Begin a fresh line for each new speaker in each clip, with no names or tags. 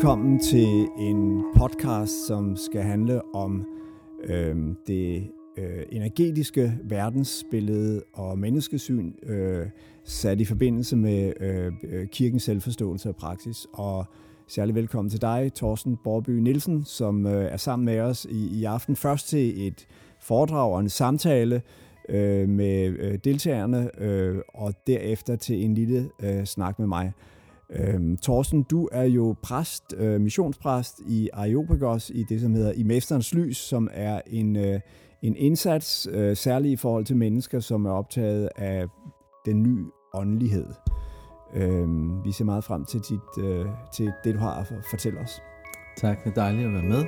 velkommen til en podcast, som skal handle om det energetiske verdensbillede og menneskesyn sat i forbindelse med kirkens selvforståelse og praksis. Og særlig velkommen til dig, Torsten Borby Nielsen, som er sammen med os i aften. Først til et foredrag og en samtale med deltagerne, og derefter til en lille snak med mig. Torsten, du er jo præst, missionspræst i Areopagos i det, som hedder I Mesterens Lys, som er en indsats, særligt i forhold til mennesker, som er optaget af den nye åndelighed. Vi ser meget frem til det, du har at fortælle os.
Tak, det er dejligt at være med.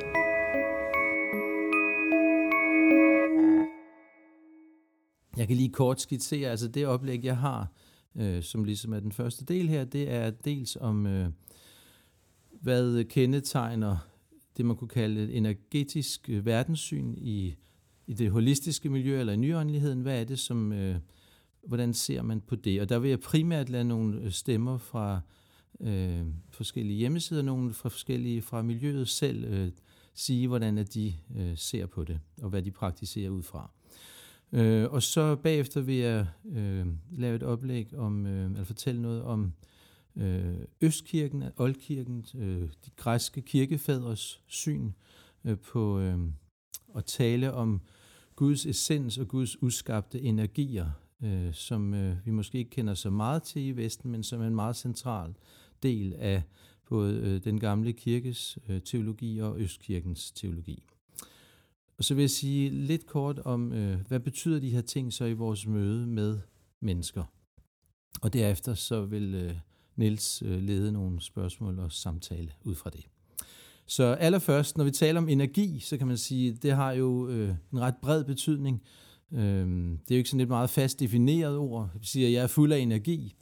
Jeg kan lige kort skitsere, altså det oplæg, jeg har, som ligesom er den første del her, det er dels om, hvad kendetegner det, man kunne kalde et energetisk verdenssyn i det holistiske miljø, eller i nyåndeligheden. Hvad er det, som, hvordan ser man på det? Og der vil jeg primært lade nogle stemmer fra forskellige hjemmesider, nogle fra miljøet selv, sige, hvordan de ser på det, og hvad de praktiserer ud fra. Og så bagefter vil jeg lave et oplæg om, eller fortælle noget om Østkirken, Oldkirken, de græske kirkefædres syn på at tale om Guds essens og Guds udskabte energier, som vi måske ikke kender så meget til i Vesten, men som er en meget central del af både den gamle kirkes teologi og Østkirkens teologi. Og så vil jeg sige lidt kort om, hvad betyder de her ting så i vores møde med mennesker. Og derefter så vil Niels lede nogle spørgsmål og samtale ud fra det. Så allerførst, når vi taler om energi, så kan man sige, det har jo en ret bred betydning. Det er jo ikke sådan et meget fast defineret ord. Vi siger, at jeg er fuld af energi.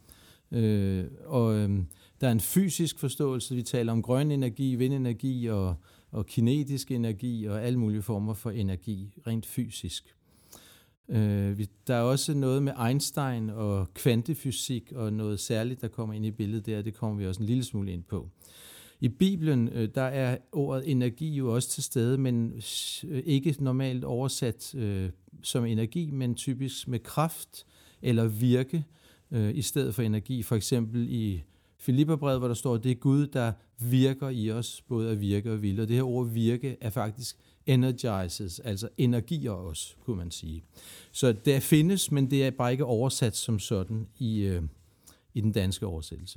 Der er en fysisk forståelse. Vi taler om grøn energi, vindenergi og kinetisk energi og alle mulige former for energi, rent fysisk. Der er også noget med Einstein og kvantefysik og noget særligt, der kommer ind i billedet der. Det kommer vi også en lille smule ind på. I Bibelen, der er ordet energi jo også til stede, men ikke normalt oversat som energi, men typisk med kraft eller virke i stedet for energi. For eksempel i Filipperbrevet, hvor der står, at det er Gud, der virker i os, både at virke og ville. Og det her ord virke er faktisk energizes, altså energier os, kunne man sige. Så det findes, men det er bare ikke oversat som sådan i den danske oversættelse.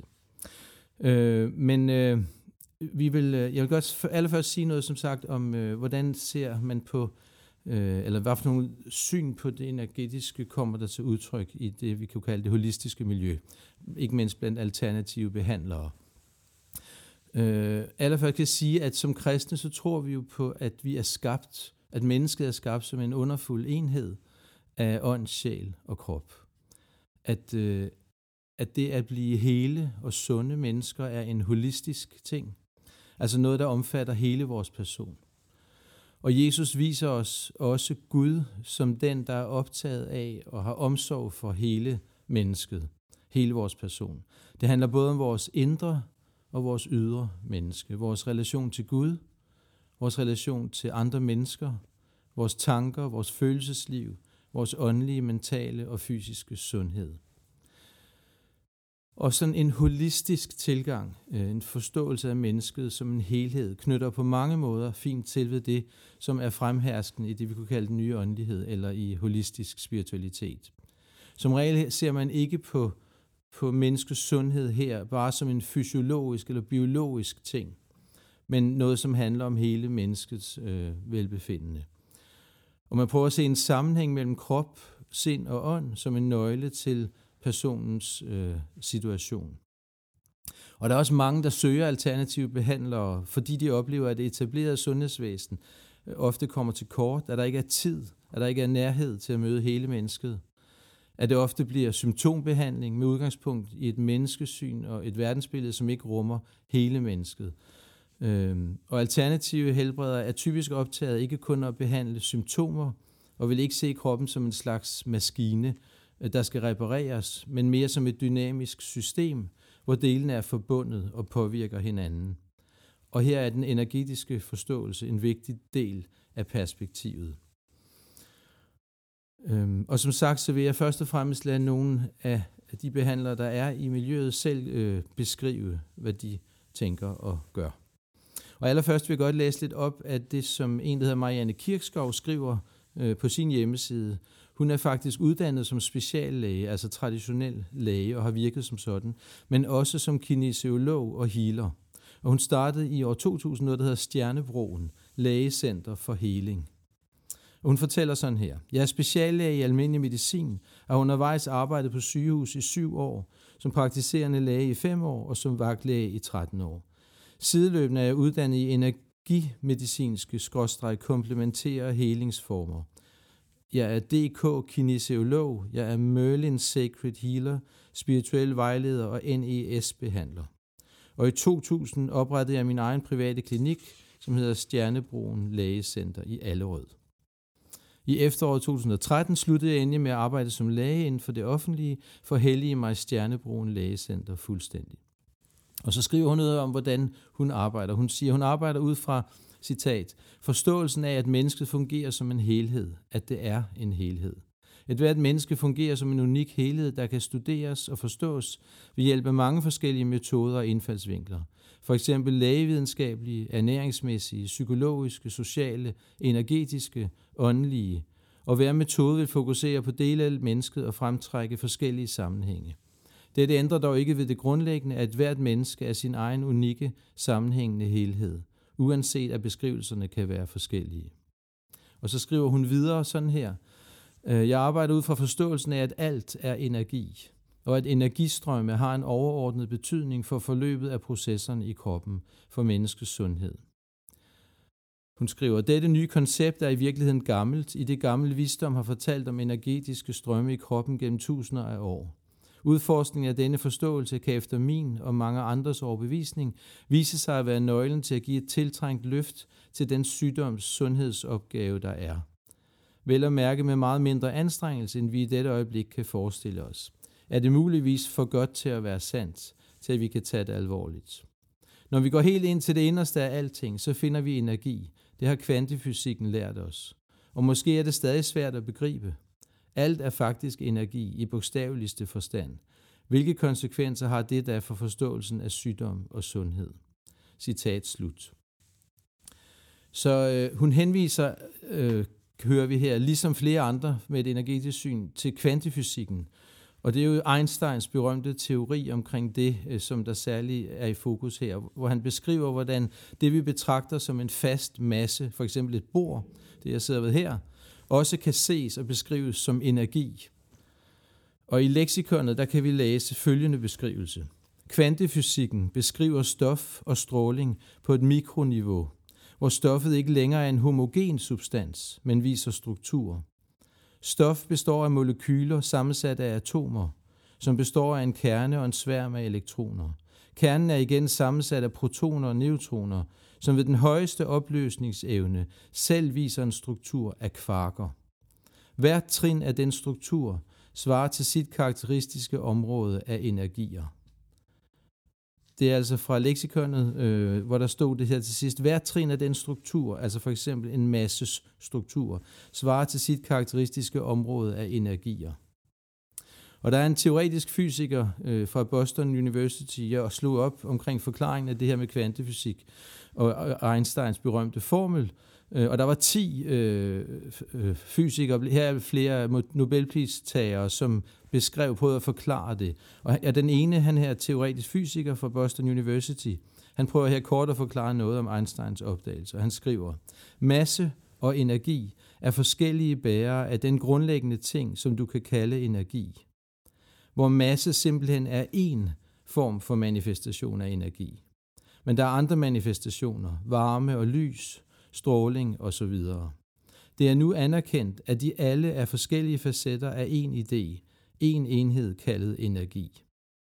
Jeg vil godt allerførst sige noget, som sagt, om hvordan ser man på, eller hvad for nogle syn på det energetiske kommer der til udtryk i det, vi kan kalde det holistiske miljø. Ikke mindst blandt alternative behandlere. Allerførst kan jeg sige, at som kristne, så tror vi jo på, at vi er skabt, at mennesket er skabt som en underfuld enhed af ånd, sjæl og krop. At det at blive hele og sunde mennesker er en holistisk ting. Altså noget, der omfatter hele vores person. Og Jesus viser os også Gud som den, der er optaget af og har omsorg for hele mennesket, hele vores person. Det handler både om vores indre og vores ydre menneske, vores relation til Gud, vores relation til andre mennesker, vores tanker, vores følelsesliv, vores åndelige, mentale og fysiske sundhed. Og sådan en holistisk tilgang, en forståelse af mennesket som en helhed, knytter på mange måder fint til ved det, som er fremherskende i det, vi kunne kalde den nye åndelighed, eller i holistisk spiritualitet. Som regel ser man ikke på menneskets sundhed her, bare som en fysiologisk eller biologisk ting, men noget, som handler om hele menneskets velbefindende. Og man prøver at se en sammenhæng mellem krop, sind og ånd som en nøgle til personens situation. Og der er også mange, der søger alternative behandlere, fordi de oplever, at det etablerede sundhedsvæsen ofte kommer til kort, at der ikke er tid, at der ikke er nærhed til at møde hele mennesket, at det ofte bliver symptombehandling med udgangspunkt i et menneskesyn og et verdensbillede, som ikke rummer hele mennesket. Og alternative helbredere er typisk optaget ikke kun at behandle symptomer, og vil ikke se kroppen som en slags maskine, der skal repareres, men mere som et dynamisk system, hvor delene er forbundet og påvirker hinanden. Og her er den energetiske forståelse en vigtig del af perspektivet. Og som sagt, så vil jeg først og fremmest lade nogle af de behandlere, der er i miljøet, selv beskrive, hvad de tænker og gør. Og allerførst vil jeg godt læse lidt op af det, som en, der hedder Marianne Kirkskov, skriver på sin hjemmeside. Hun er faktisk uddannet som speciallæge, altså traditionel læge, og har virket som sådan, men også som kinesiolog og healer. Og hun startede i år 2000 noget, der hedder Stjernebroen, Lægecenter for Healing. Og hun fortæller sådan her: Jeg er speciallæge i almindelig medicin, og har undervejs arbejdet på sygehus i 7 år, som praktiserende læge i 5 år og som vagtlæge i 13 år. Sideløbende er jeg uddannet i energimedicinske komplementære helingsformer. Jeg er DK kinesiolog, jeg er Merlin Sacred Healer, spirituel vejleder og NES-behandler. Og i 2000 oprettede jeg min egen private klinik, som hedder Stjernebroen Lægecenter i Allerød. I efteråret 2013 sluttede jeg endelig med at arbejde som læge inden for det offentlige, for hellige mig Stjernebroen Lægecenter fuldstændig. Og så skriver hun noget om, hvordan hun arbejder. Hun siger, hun arbejder ud fra, citat, forståelsen af, at mennesket fungerer som en helhed, at det er en helhed. Et hvert menneske fungerer som en unik helhed, der kan studeres og forstås ved hjælp af mange forskellige metoder og indfaldsvinkler. For eksempel lægevidenskabelige, ernæringsmæssige, psykologiske, sociale, energetiske, åndelige. Og hver metode vil fokusere på dele af mennesket og fremtrække forskellige sammenhænge. Dette ændrer dog ikke ved det grundlæggende, at hvert menneske er sin egen unikke, sammenhængende helhed, uanset at beskrivelserne kan være forskellige. Og så skriver hun videre sådan her: Jeg arbejder ud fra forståelsen af, at alt er energi, og at energistrømme har en overordnet betydning for forløbet af processerne i kroppen, for menneskets sundhed. Hun skriver, at dette nye koncept er i virkeligheden gammelt, i det gamle visdom har fortalt om energetiske strømme i kroppen gennem tusinder af år. Udforskningen af denne forståelse kan efter min og mange andres overbevisning vise sig at være nøglen til at give et tiltrængt løft til den sygdoms sundhedsopgave, der er. Vel at mærke med meget mindre anstrengelse, end vi i dette øjeblik kan forestille os. Er det muligvis for godt til at være sandt, til at vi kan tage det alvorligt. Når vi går helt ind til det inderste af alting, så finder vi energi. Det har kvantefysikken lært os. Og måske er det stadig svært at begribe. Alt er faktisk energi i bogstaveligste forstand. Hvilke konsekvenser har det da for forståelsen af sygdom og sundhed? Citat slut. Så hun henviser, hører vi her, ligesom flere andre med et energetisk syn, til kvantefysikken. Og det er jo Einsteins berømte teori omkring det, som der særligt er i fokus her, hvor han beskriver, hvordan det, vi betragter som en fast masse, for eksempel et bord, det jeg sidder ved her, også kan ses og beskrives som energi. Og i leksikonet, der kan vi læse følgende beskrivelse. Kvantefysikken beskriver stof og stråling på et mikroniveau, hvor stoffet ikke længere er en homogen substans, men viser struktur. Stof består af molekyler sammensat af atomer, som består af en kerne og en sværm af elektroner. Kernen er igen sammensat af protoner og neutroner, som ved den højeste opløsningsevne selv viser en struktur af kvarker. Hvert trin af den struktur svarer til sit karakteristiske område af energier. Det er altså fra leksikonet, hvor der stod det her til sidst. Hvert trin af den struktur, altså for eksempel en masses struktur, svarer til sit karakteristiske område af energier. Og der er en teoretisk fysiker fra Boston University, jeg slog op omkring forklaringen af det her med kvantefysik og Einsteins berømte formel. Og der var 10 fysikere, her er flere Nobelpristagere, som beskrev på at forklare det. Og den ene, han her teoretisk fysiker fra Boston University, han prøver her kort at forklare noget om Einsteins opdagelse. Han skriver, masse og energi er forskellige bærere af den grundlæggende ting, som du kan kalde energi. Hvor masse simpelthen er én form for manifestation af energi. Men der er andre manifestationer, varme og lys, stråling osv. Det er nu anerkendt, at de alle er forskellige facetter af én idé, én enhed kaldet energi.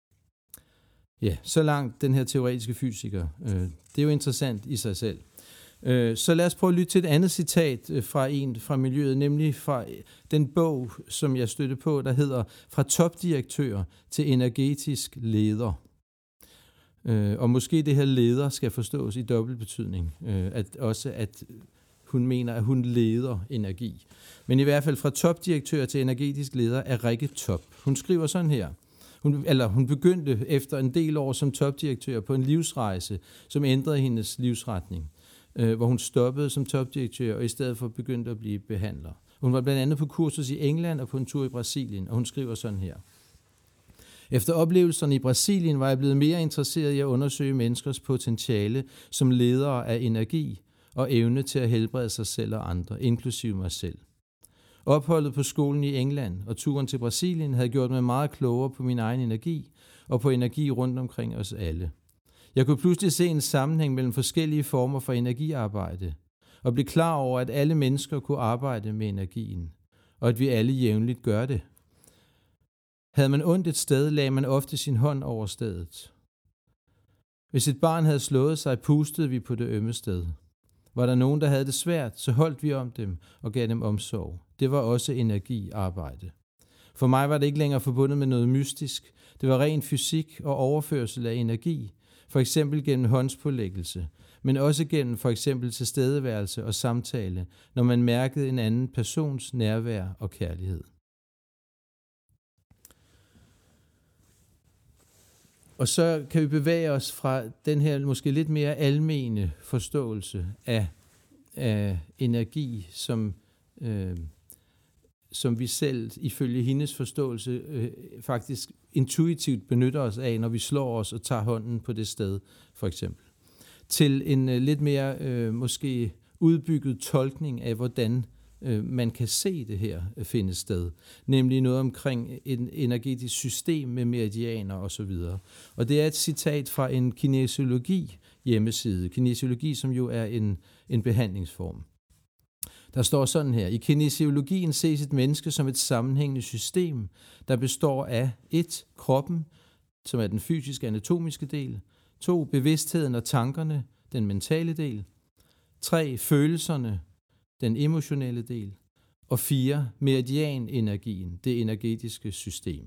Ja, så langt den her teoretiske fysiker. Det er jo interessant i sig selv. Så lad os prøve at lytte til et andet citat fra en fra miljøet, nemlig fra den bog, som jeg stødte på, der hedder Fra topdirektør til energetisk leder. Og måske det her leder skal forstås i dobbelt betydning. At hun mener, at hun leder energi. Men i hvert fald fra topdirektør til energetisk leder er Rikke Top. Hun skriver sådan her. Hun begyndte efter en del år som topdirektør på en livsrejse, som ændrede hendes livsretning, hvor hun stoppede som topdirektør og i stedet for begyndte at blive behandler. Hun var blandt andet på kursus i England og på en tur i Brasilien, og hun skriver sådan her. Efter oplevelserne i Brasilien var jeg blevet mere interesseret i at undersøge menneskers potentiale som ledere af energi og evne til at helbrede sig selv og andre, inklusive mig selv. Opholdet på skolen i England og turen til Brasilien havde gjort mig meget klogere på min egen energi og på energi rundt omkring os alle. Jeg kunne pludselig se en sammenhæng mellem forskellige former for energiarbejde og blev klar over, at alle mennesker kunne arbejde med energien, og at vi alle jævnligt gør det. Havde man ondt et sted, lagde man ofte sin hånd over stedet. Hvis et barn havde slået sig, pustede vi på det ømme sted. Var der nogen, der havde det svært, så holdt vi om dem og gav dem omsorg. Det var også energiarbejde. For mig var det ikke længere forbundet med noget mystisk. Det var ren fysik og overførsel af energi, for eksempel gennem håndspålæggelse, men også gennem for eksempel tilstedeværelse og samtale, når man mærkede en anden persons nærvær og kærlighed. Og så kan vi bevæge os fra den her måske lidt mere almene forståelse af energi, som vi selv ifølge hendes forståelse faktisk intuitivt benytter os af, når vi slår os og tager hånden på det sted, for eksempel. Til en lidt mere måske udbygget tolkning af, hvordan man kan se det her finde sted. Nemlig noget omkring et energetisk system med meridianer osv. Og det er et citat fra en kinesiologi hjemmeside. Kinesiologi, som jo er en behandlingsform. Der står sådan her. I kinesiologien ses et menneske som et sammenhængende system, der består af 1. Kroppen, som er den fysiske anatomiske del. 2. Bevidstheden og tankerne, den mentale del. 3. Følelserne, den emotionelle del. Og 4. Meridianenergien, det energetiske system.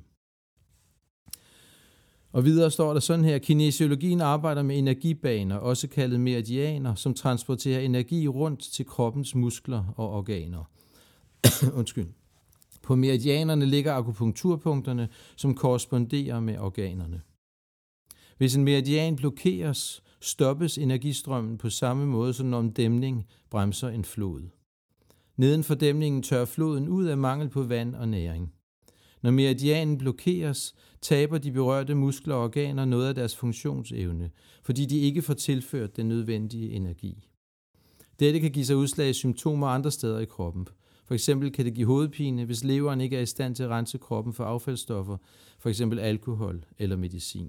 Og videre står der sådan her, kinesiologien arbejder med energibaner, også kaldet meridianer, som transporterer energi rundt til kroppens muskler og organer. Undskyld. På meridianerne ligger akupunkturpunkterne, som korresponderer med organerne. Hvis en meridian blokeres, stoppes energistrømmen på samme måde, som når en dæmning bremser en flod. Neden for dæmningen tørrer floden ud af mangel på vand og næring. Når meridianen blokeres, taber de berørte muskler og organer noget af deres funktionsevne, fordi de ikke får tilført den nødvendige energi. Dette kan give sig udslag i symptomer andre steder i kroppen. For eksempel kan det give hovedpine, hvis leveren ikke er i stand til at rense kroppen for affaldsstoffer, for eksempel alkohol eller medicin.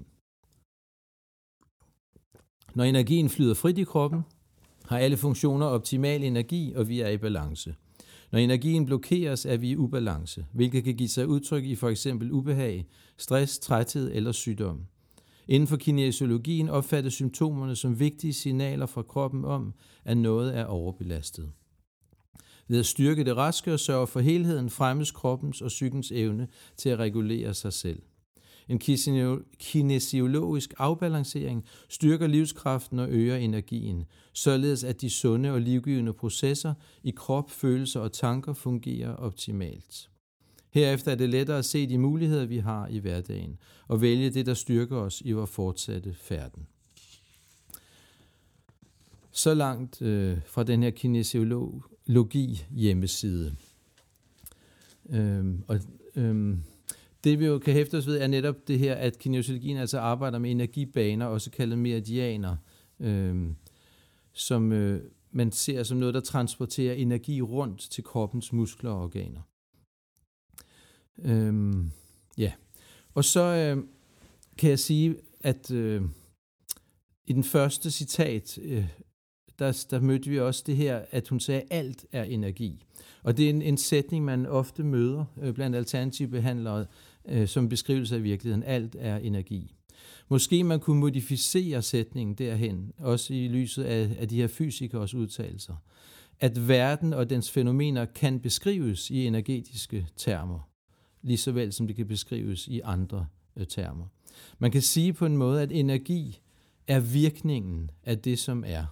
Når energien flyder frit i kroppen, har alle funktioner optimal energi, og vi er i balance. Når energien blokeres, er vi i ubalance, hvilket kan give sig udtryk i for eksempel ubehag, stress, træthed eller sygdom. Inden for kinesiologien opfattes symptomerne som vigtige signaler fra kroppen om, at noget er overbelastet. Ved at styrke det raske og sørge for helheden, fremmes kroppens og psykens evne til at regulere sig selv. En kinesiologisk afbalancering styrker livskraften og øger energien, således at de sunde og livgivende processer i krop, følelser og tanker fungerer optimalt. Herefter er det lettere at se de muligheder, vi har i hverdagen, og vælge det, der styrker os i vores fortsatte færden. Så langt fra den her kinesiologi hjemmeside. Det vi jo kan hæfte os ved er netop det her, at kinesiologien altså arbejder med energibaner, også kaldet meridianer, som man ser som noget, der transporterer energi rundt til kroppens muskler og organer. Og så kan jeg sige, at i den første citat, der mødte vi også det her, at hun sagde, at alt er energi. Og det er en sætning, man ofte møder blandt alternative behandlere som beskrivelse af virkeligheden. Alt er energi. Måske man kunne modificere sætningen derhen, også i lyset af de her fysikers udtalelser. At verden og dens fænomener kan beskrives i energetiske termer, lige så vel som det kan beskrives i andre termer. Man kan sige på en måde, at energi er virkningen af det, som er.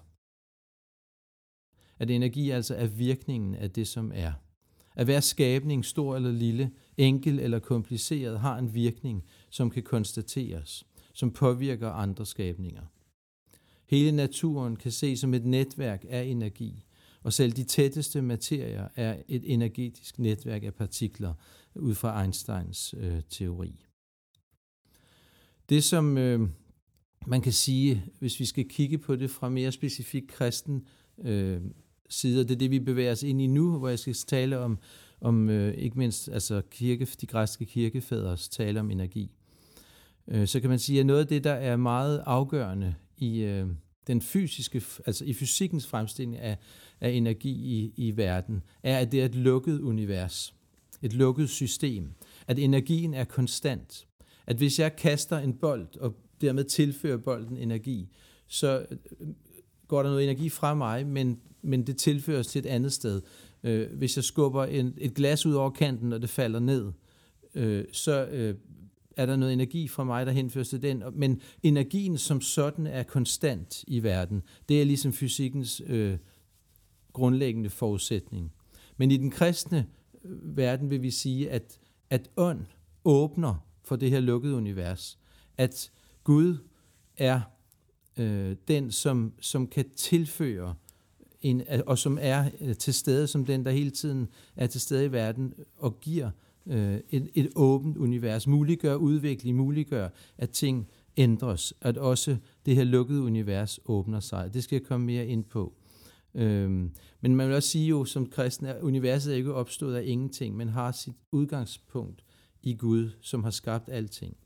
At energi altså er virkningen af det, som er. At hver skabning, stor eller lille, enkel eller kompliceret, har en virkning, som kan konstateres, som påvirker andre skabninger. Hele naturen kan ses som et netværk af energi, og selv de tætteste materier er et energetisk netværk af partikler ud fra Einsteins teori. Det, som man kan sige, hvis vi skal kigge på det fra mere specifikt kristen side, det er det, vi bevæger os ind i nu, hvor jeg skal tale om ikke mindst altså de græske kirkefædres tale om energi. Så kan man sige, at noget af det, der er meget afgørende i den fysiske, altså i fysikkens fremstilling af energi i verden, er, at det er et lukket univers, et lukket system, at energien er konstant. At hvis jeg kaster en bold og dermed tilfører bolden energi, så går der noget energi fra mig, men det tilføres til et andet sted. Hvis jeg skubber et glas ud over kanten, og det falder ned, så er der noget energi fra mig, der henføres til den. Men energien som sådan er konstant i verden. Det er ligesom fysikkens grundlæggende forudsætning. Men i den kristne verden vil vi sige, at ånd åbner for det her lukkede univers. At Gud er den, som kan tilføre, og som er til stede, som den, der hele tiden er til stede i verden, og giver et åbent univers, muliggør udvikling, muliggør, at ting ændres, at også det her lukkede univers åbner sig. Det skal jeg komme mere ind på. Men man vil også sige jo, som kristen, at universet er ikke opstået af ingenting, men har sit udgangspunkt i Gud, som har skabt alting.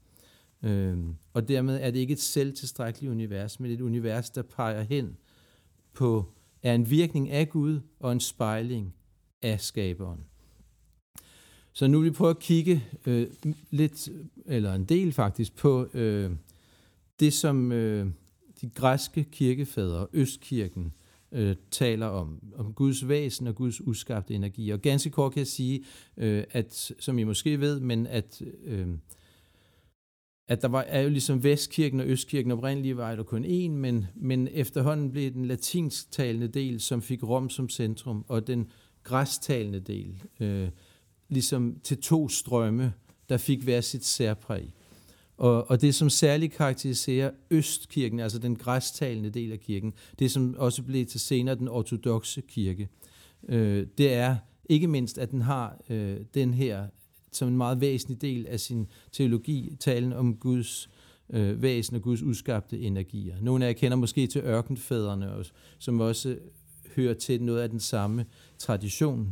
Og dermed er det ikke et selvtilstrækkeligt univers, men et univers, der peger hen på, er en virkning af Gud og en spejling af skaberen. Så nu vil vi prøve at kigge lidt, eller en del faktisk, på det, som de græske kirkefædre, Østkirken, taler om Guds væsen og Guds uskabte energi. Og ganske kort kan jeg sige, at, som I måske ved, men at der er jo ligesom Vestkirken og Østkirken, oprindeligt var der kun én, men efterhånden blev den latinsktalende del, som fik Rom som centrum, og den græstalende del, ligesom til to strømme, der fik hver sit særpræg. Og det, som særligt karakteriserer Østkirken, altså den græstalende del af kirken, det som også blev til senere den ortodokse kirke, det er ikke mindst, at den har den her som en meget væsentlig del af sin teologi, talen om Guds væsen og Guds udskabte energier. Nogle af jer kender måske til ørkenfædrene, som også hører til noget af den samme tradition.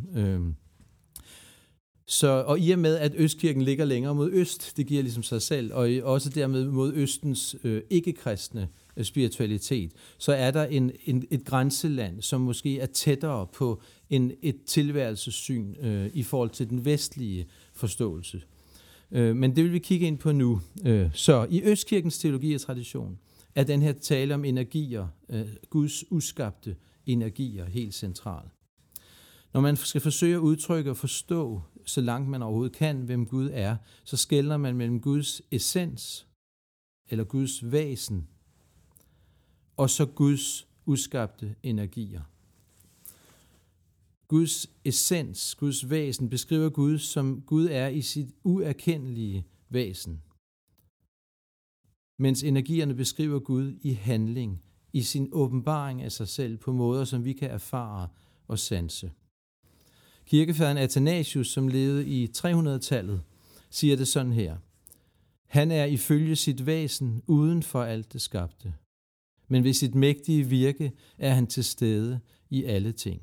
Og i og med, at Østkirken ligger længere mod øst, det giver ligesom sig selv, og også dermed mod østens ikke-kristne spiritualitet, så er der et grænseland, som måske er tættere på et tilværelsessyn i forhold til den vestlige forståelse. Men det vil vi kigge ind på nu. Så i Østkirkens teologi og tradition er den her tale om energier, Guds uskabte energier, helt central. Når man skal forsøge at udtrykke og forstå, så langt man overhovedet kan, hvem Gud er, så skelner man mellem Guds essens, eller Guds væsen, og så Guds uskabte energier. Guds essens, Guds væsen, beskriver Gud, som Gud er i sit uerkendelige væsen. Mens energierne beskriver Gud i handling, i sin åbenbaring af sig selv på måder, som vi kan erfare og sanse. Kirkefaderen Athanasius, som levede i 300-tallet, siger det sådan her: Han er ifølge sit væsen uden for alt det skabte, men ved sit mægtige virke er han til stede i alle ting.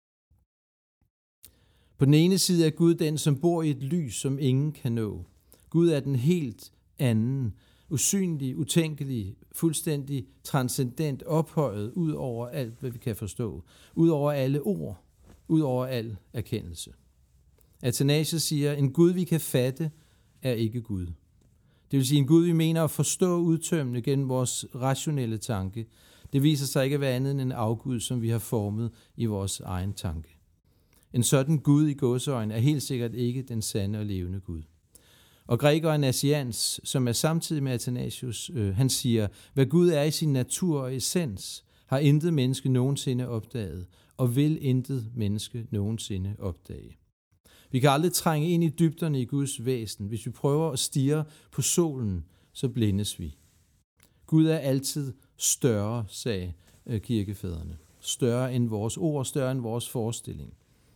På den ene side er Gud den, som bor i et lys, som ingen kan nå. Gud er den helt anden, usynlig, utænkelig, fuldstændig transcendent, ophøjet ud over alt, hvad vi kan forstå, ud over alle ord, ud over al erkendelse. Athanasius siger, en Gud, vi kan fatte, er ikke Gud. Det vil sige, en Gud, vi mener at forstå udtømmende gennem vores rationelle tanke. Det viser sig ikke at være andet end en afgud, som vi har formet i vores egen tanke. En sådan Gud i gåseøjne er helt sikkert ikke den sande og levende Gud. Og grækeren Nazianz, som er samtidig med Athanasius, han siger, hvad Gud er i sin natur og essens, har intet menneske nogensinde opdaget, og vil intet menneske nogensinde opdage. Vi kan aldrig trænge ind i dybderne i Guds væsen. Hvis vi prøver at stirre på solen, så blindes vi. Gud er altid større, sagde kirkefædrene. Større end vores ord, større end vores forestilling.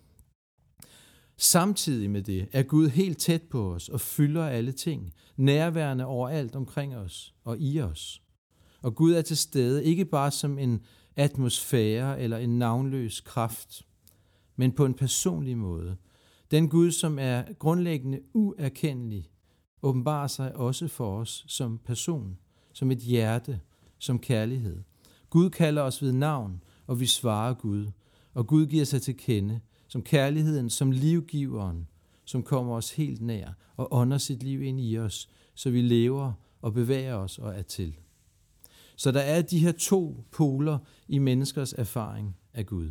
Samtidig med det er Gud helt tæt på os og fylder alle ting, nærværende overalt omkring os og i os. Og Gud er til stede ikke bare som en atmosfære eller en navnløs kraft, men på en personlig måde. Den Gud, som er grundlæggende uerkendelig, åbenbarer sig også for os som person, som et hjerte, som kærlighed. Gud kalder os ved navn, og vi svarer Gud. Og Gud giver sig til kende som kærligheden, som livgiveren, som kommer os helt nær og ånder sit liv ind i os, så vi lever og bevæger os og er til. Så der er de her to poler i menneskers erfaring af Gud.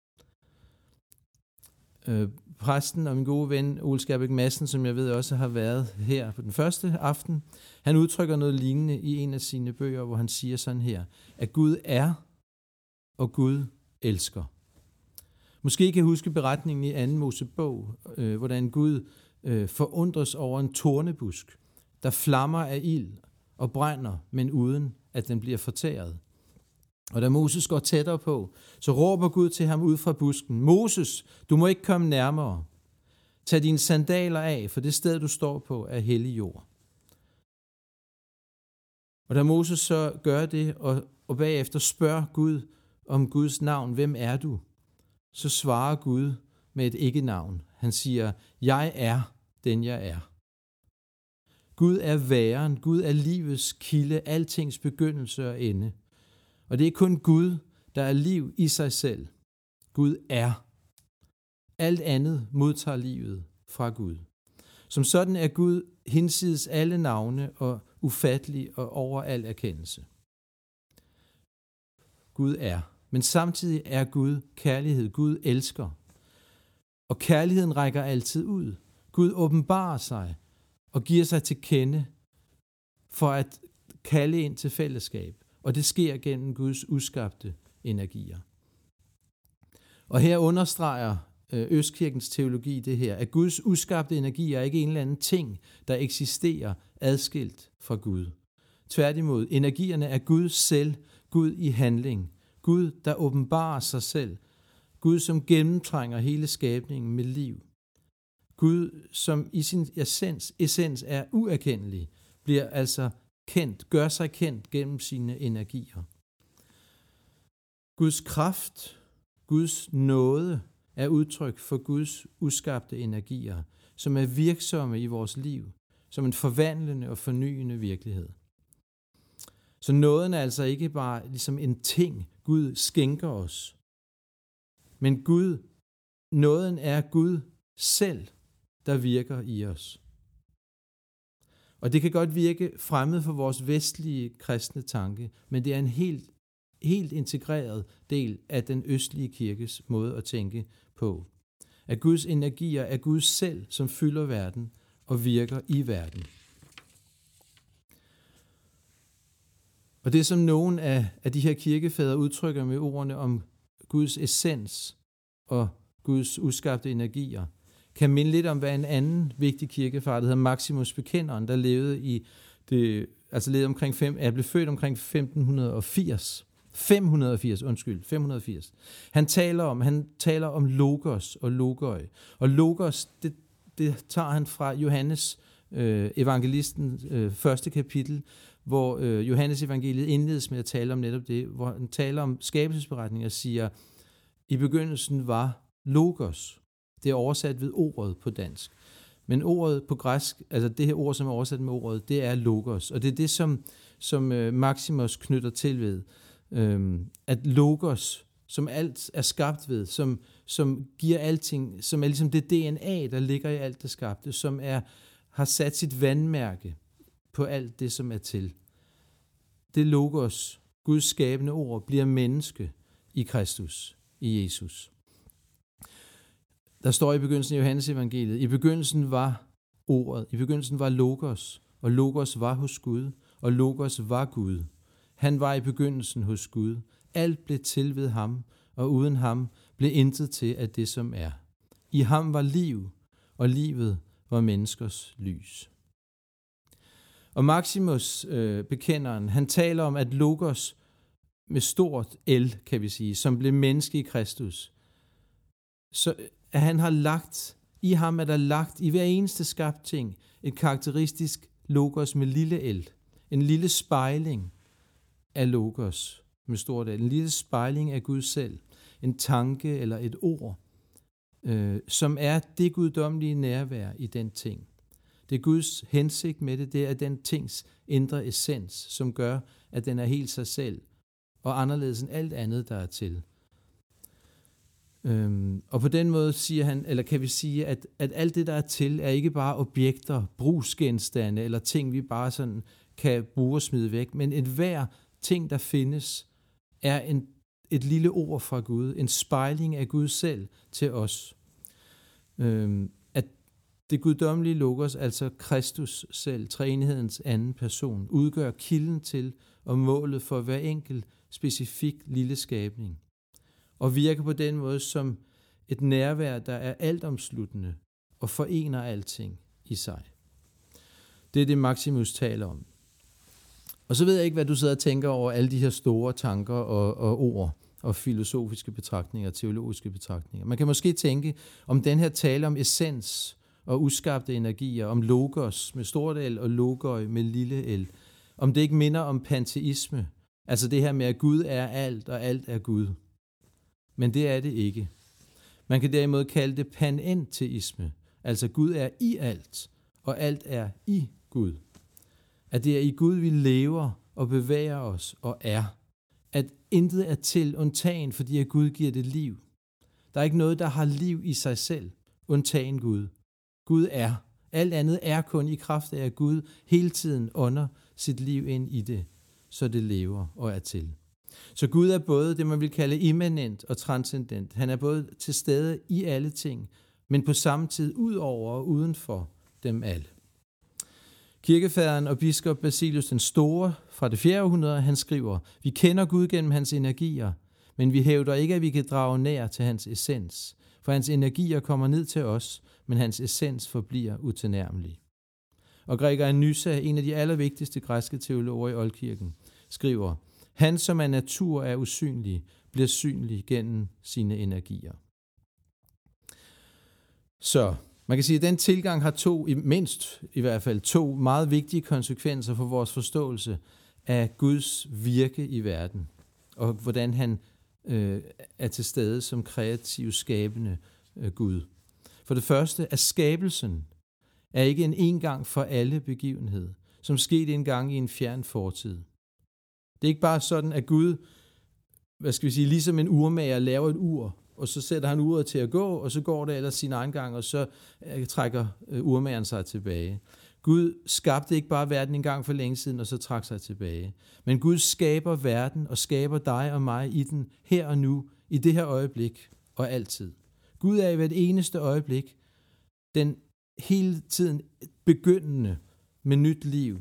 Præsten og min gode ven, Ole Skærbæk Madsen, som jeg ved også har været her på den første aften, han udtrykker noget lignende i en af sine bøger, hvor han siger sådan her, at Gud er, og Gud elsker. Måske kan I huske beretningen i 2. Mosebog, hvordan Gud forundres over en tornebusk, der flammer af ild og brænder, men uden at den bliver fortæret. Og da Moses går tættere på, så råber Gud til ham ud fra busken, Moses, du må ikke komme nærmere. Tag dine sandaler af, for det sted, du står på, er hellig jord. Og da Moses så gør det, og bagefter spørger Gud om Guds navn, hvem er du? Så svarer Gud med et ikke-navn. Han siger, jeg er den, jeg er. Gud er væren, Gud er livets kilde, altings begyndelse og ende. Og det er kun Gud, der er liv i sig selv. Gud er. Alt andet modtager livet fra Gud. Som sådan er Gud hinsides alle navne og ufattelig og over al erkendelse. Gud er. Men samtidig er Gud kærlighed. Gud elsker. Og kærligheden rækker altid ud. Gud åbenbarer sig og giver sig til kende for at kalde ind til fællesskab. Og det sker gennem Guds uskabte energier. Og her understreger Østkirkens teologi det her, at Guds uskabte energier er ikke en eller anden ting, der eksisterer adskilt fra Gud. Tværtimod, energierne er Gud selv, Gud i handling. Gud, der åbenbarer sig selv. Gud, som gennemtrænger hele skabningen med liv. Gud, som i sin essens er uerkendelig, bliver altså kendt, gør sig kendt gennem sine energier. Guds kraft, Guds nåde er udtryk for Guds uskabte energier, som er virksomme i vores liv, som en forvandlende og fornyende virkelighed. Så nåden er altså ikke bare ligesom en ting, Gud skænker os. Men nåden er Gud selv, der virker i os. Og det kan godt virke fremmed for vores vestlige kristne tanke, men det er en helt integreret del af den østlige kirkes måde at tænke på. At Guds energier er Gud selv, som fylder verden og virker i verden. Og det, som nogen af de her kirkefædre udtrykker med ordene om Guds essens og Guds uskabte energier, kan minde lidt om, hvad en anden vigtig kirkefar, der hedder Maximus Bekenderen, der levede blev født omkring 580. 580. Han taler om logos og logoi. Og logos, det tager han fra Johannes evangelisten første kapitel, hvor Johannes evangeliet indledes med at tale om netop det, hvor han taler om skabelsesberetninger og siger, i begyndelsen var logos. Det er oversat ved ordet på dansk. Men ordet på græsk, altså det her ord, som er oversat med ordet, det er logos. Og det er det, som Maximus knytter til ved. At logos, som alt er skabt ved, som giver alting, som er ligesom det DNA, der ligger i alt det skabte, som har sat sit vandmærke på alt det, som er til. Det logos, Guds skabende ord, bliver menneske i Kristus, i Jesus. Der står i begyndelsen af Johannes evangeliet, i begyndelsen var ordet. I begyndelsen var Logos, og Logos var hos Gud, og Logos var Gud. Han var i begyndelsen hos Gud. Alt blev til ved ham, og uden ham blev intet til af det, som er. I ham var liv, og livet var menneskers lys. Og Maximus, bekenderen, han taler om, at Logos med stort L, kan vi sige, som blev menneske i Kristus, så at han har lagt, i ham er der lagt i hver eneste skabt ting, et karakteristisk Logos med lille L. En lille spejling af Logos med stort L. En lille spejling af Gud selv. En tanke eller et ord, som er det guddommelige nærvær i den ting. Det er Guds hensigt med det, det er den tings indre essens, som gør, at den er helt sig selv, og anderledes end alt andet, der er til. Og på den måde siger han, eller kan vi sige, at alt det, der er til, er ikke bare objekter, brugsgenstande, eller ting, vi bare sådan kan bruge og smide væk, men et hver ting, der findes, er et lille ord fra Gud, en spejling af Gud selv til os. At det guddommelige Logos, altså Kristus selv, treenighedens anden person, udgør kilden til og målet for hver enkelt specifik lille skabning, og virker på den måde som et nærvær, der er altomsluttende og forener alting i sig. Det er det, Maximus taler om. Og så ved jeg ikke, hvad du sidder og tænker over alle de her store tanker og ord og filosofiske betragtninger, teologiske betragtninger. Man kan måske tænke om den her tale om essens og uskabte energier, om Logos med stort L og Logoi med lille L. Om det ikke minder om panteisme, altså det her med, at Gud er alt, og alt er Gud. Men det er det ikke. Man kan derimod kalde det panenteisme, altså Gud er i alt, og alt er i Gud. At det er i Gud, vi lever og bevæger os og er. At intet er til undtagen, fordi at Gud giver det liv. Der er ikke noget, der har liv i sig selv, undtagen Gud. Gud er. Alt andet er kun i kraft af, at Gud hele tiden ånder sit liv ind i det, så det lever og er til. Så Gud er både det, man vil kalde immanent og transcendent. Han er både til stede i alle ting, men på samme tid ud over og uden for dem alle. Kirkefaderen og biskop Basilius den Store fra det 4. århundrede, han skriver, vi kender Gud gennem hans energier, men vi hævder ikke, at vi kan drage nær til hans essens. For hans energier kommer ned til os, men hans essens forbliver utilnærmelig. Og Gregor af Nyssa, en af de allervigtigste græske teologer i oldkirken, skriver, han som af natur er usynlig, bliver synlig gennem sine energier. Så man kan sige, at den tilgang har mindst i hvert fald to meget vigtige konsekvenser for vores forståelse af Guds virke i verden, og hvordan han er til stede som kreativ, skabende Gud. For det første, at skabelsen er ikke en gang for alle begivenhed, som skete engang i en fjern fortid. Det er ikke bare sådan, at Gud, ligesom en urmager laver et ur, og så sætter han uret til at gå, og så går det ellers sin egen gang, og så trækker urmageren sig tilbage. Gud skabte ikke bare verden en gang for længe siden, og så trak sig tilbage. Men Gud skaber verden, og skaber dig og mig i den her og nu, i det her øjeblik og altid. Gud er i hvert eneste øjeblik den hele tiden begyndende med nyt liv,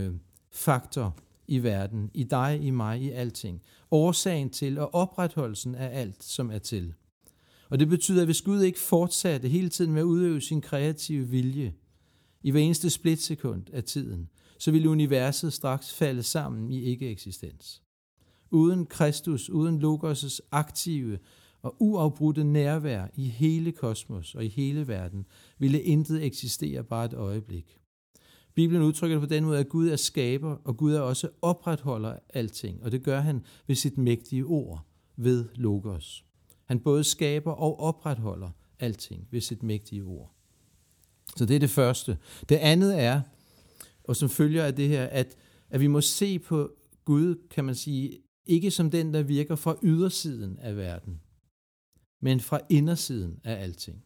faktor i verden, i dig, i mig, i alting. Årsagen til og opretholdelsen af alt, som er til. Og det betyder, at hvis Gud ikke fortsatte hele tiden med at udøve sin kreative vilje i hver eneste splitsekund af tiden, så ville universet straks falde sammen i ikke-eksistens. Uden Kristus, uden Logos' aktive og uafbrudte nærvær i hele kosmos og i hele verden, ville intet eksistere bare et øjeblik. Bibelen udtrykker det på den måde, at Gud er skaber, og Gud er også opretholder alting, og det gør han ved sit mægtige ord, ved Logos. Han både skaber og opretholder alting ved sit mægtige ord. Så det er det første. Det andet er, og som følger af det her, at vi må se på Gud, kan man sige, ikke som den, der virker fra ydersiden af verden, men fra indersiden af alting.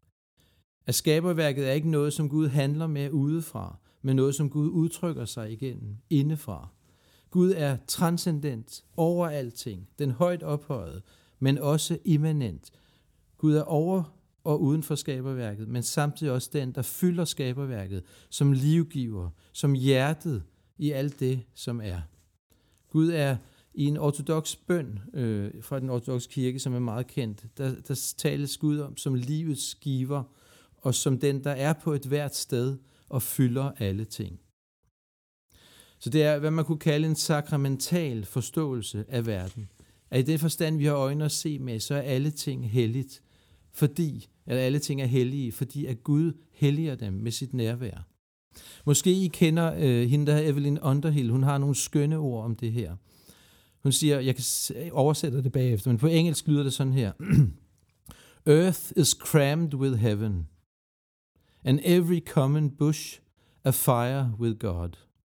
At skaberværket er ikke noget, som Gud handler med udefra, men noget, som Gud udtrykker sig igennem indefra. Gud er transcendent over alting, den højt ophøjet, men også immanent. Gud er og uden for skaberværket, men samtidig også den, der fylder skaberværket som livgiver, som hjertet i alt det, som er. Gud er i en ortodoks bøn fra den ortodokse kirke, som er meget kendt, der tales Gud om som livets giver, og som den, der er på et hvert sted og fylder alle ting. Så det er, hvad man kunne kalde en sakramental forståelse af verden. At i den forstand, vi har øjne at se med, så er alle ting helligt, alle ting er hellige, fordi at Gud helliger dem med sit nærvær. Måske I kender hende, der hedder Evelyn Underhill. Hun har nogle skønne ord om det her. Hun siger, jeg kan oversætte det bagefter, men på engelsk lyder det sådan her. Earth is crammed with heaven, and every common bush afire with God.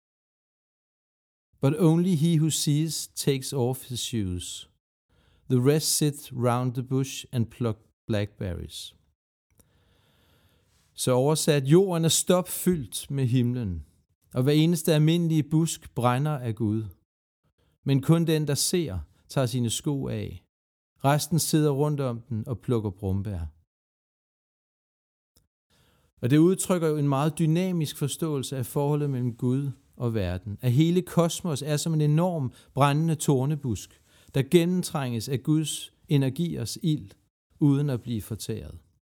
But only he who sees takes off his shoes. The rest sit round the bush and pluck blackberries. Så oversat, jorden er stopfyldt med himlen, og hver eneste almindelige busk brænder af Gud. Men kun den, der ser, tager sine sko af. Resten sidder rundt om den og plukker brombær. Og det udtrykker jo en meget dynamisk forståelse af forholdet mellem Gud og verden. At hele kosmos er som en enorm brændende tornebusk, der gennemtrænges af Guds energiers ild, uden at blive fortæret.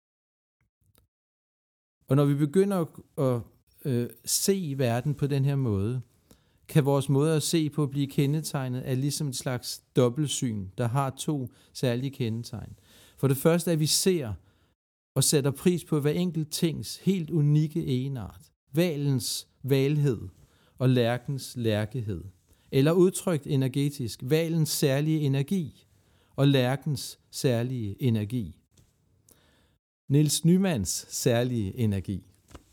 Og når vi begynder at se verden på den her måde, kan vores måde at se på blive kendetegnet af ligesom et slags dobbeltsyn, der har to særlige kendetegn. For det første, at vi ser og sætter pris på hver enkelt tings helt unikke egenart. Valens valhed og lærkens lærkehed. Eller udtrykt energetisk, valens særlige energi og lærkens særlige energi. Niels Nymanns særlige energi.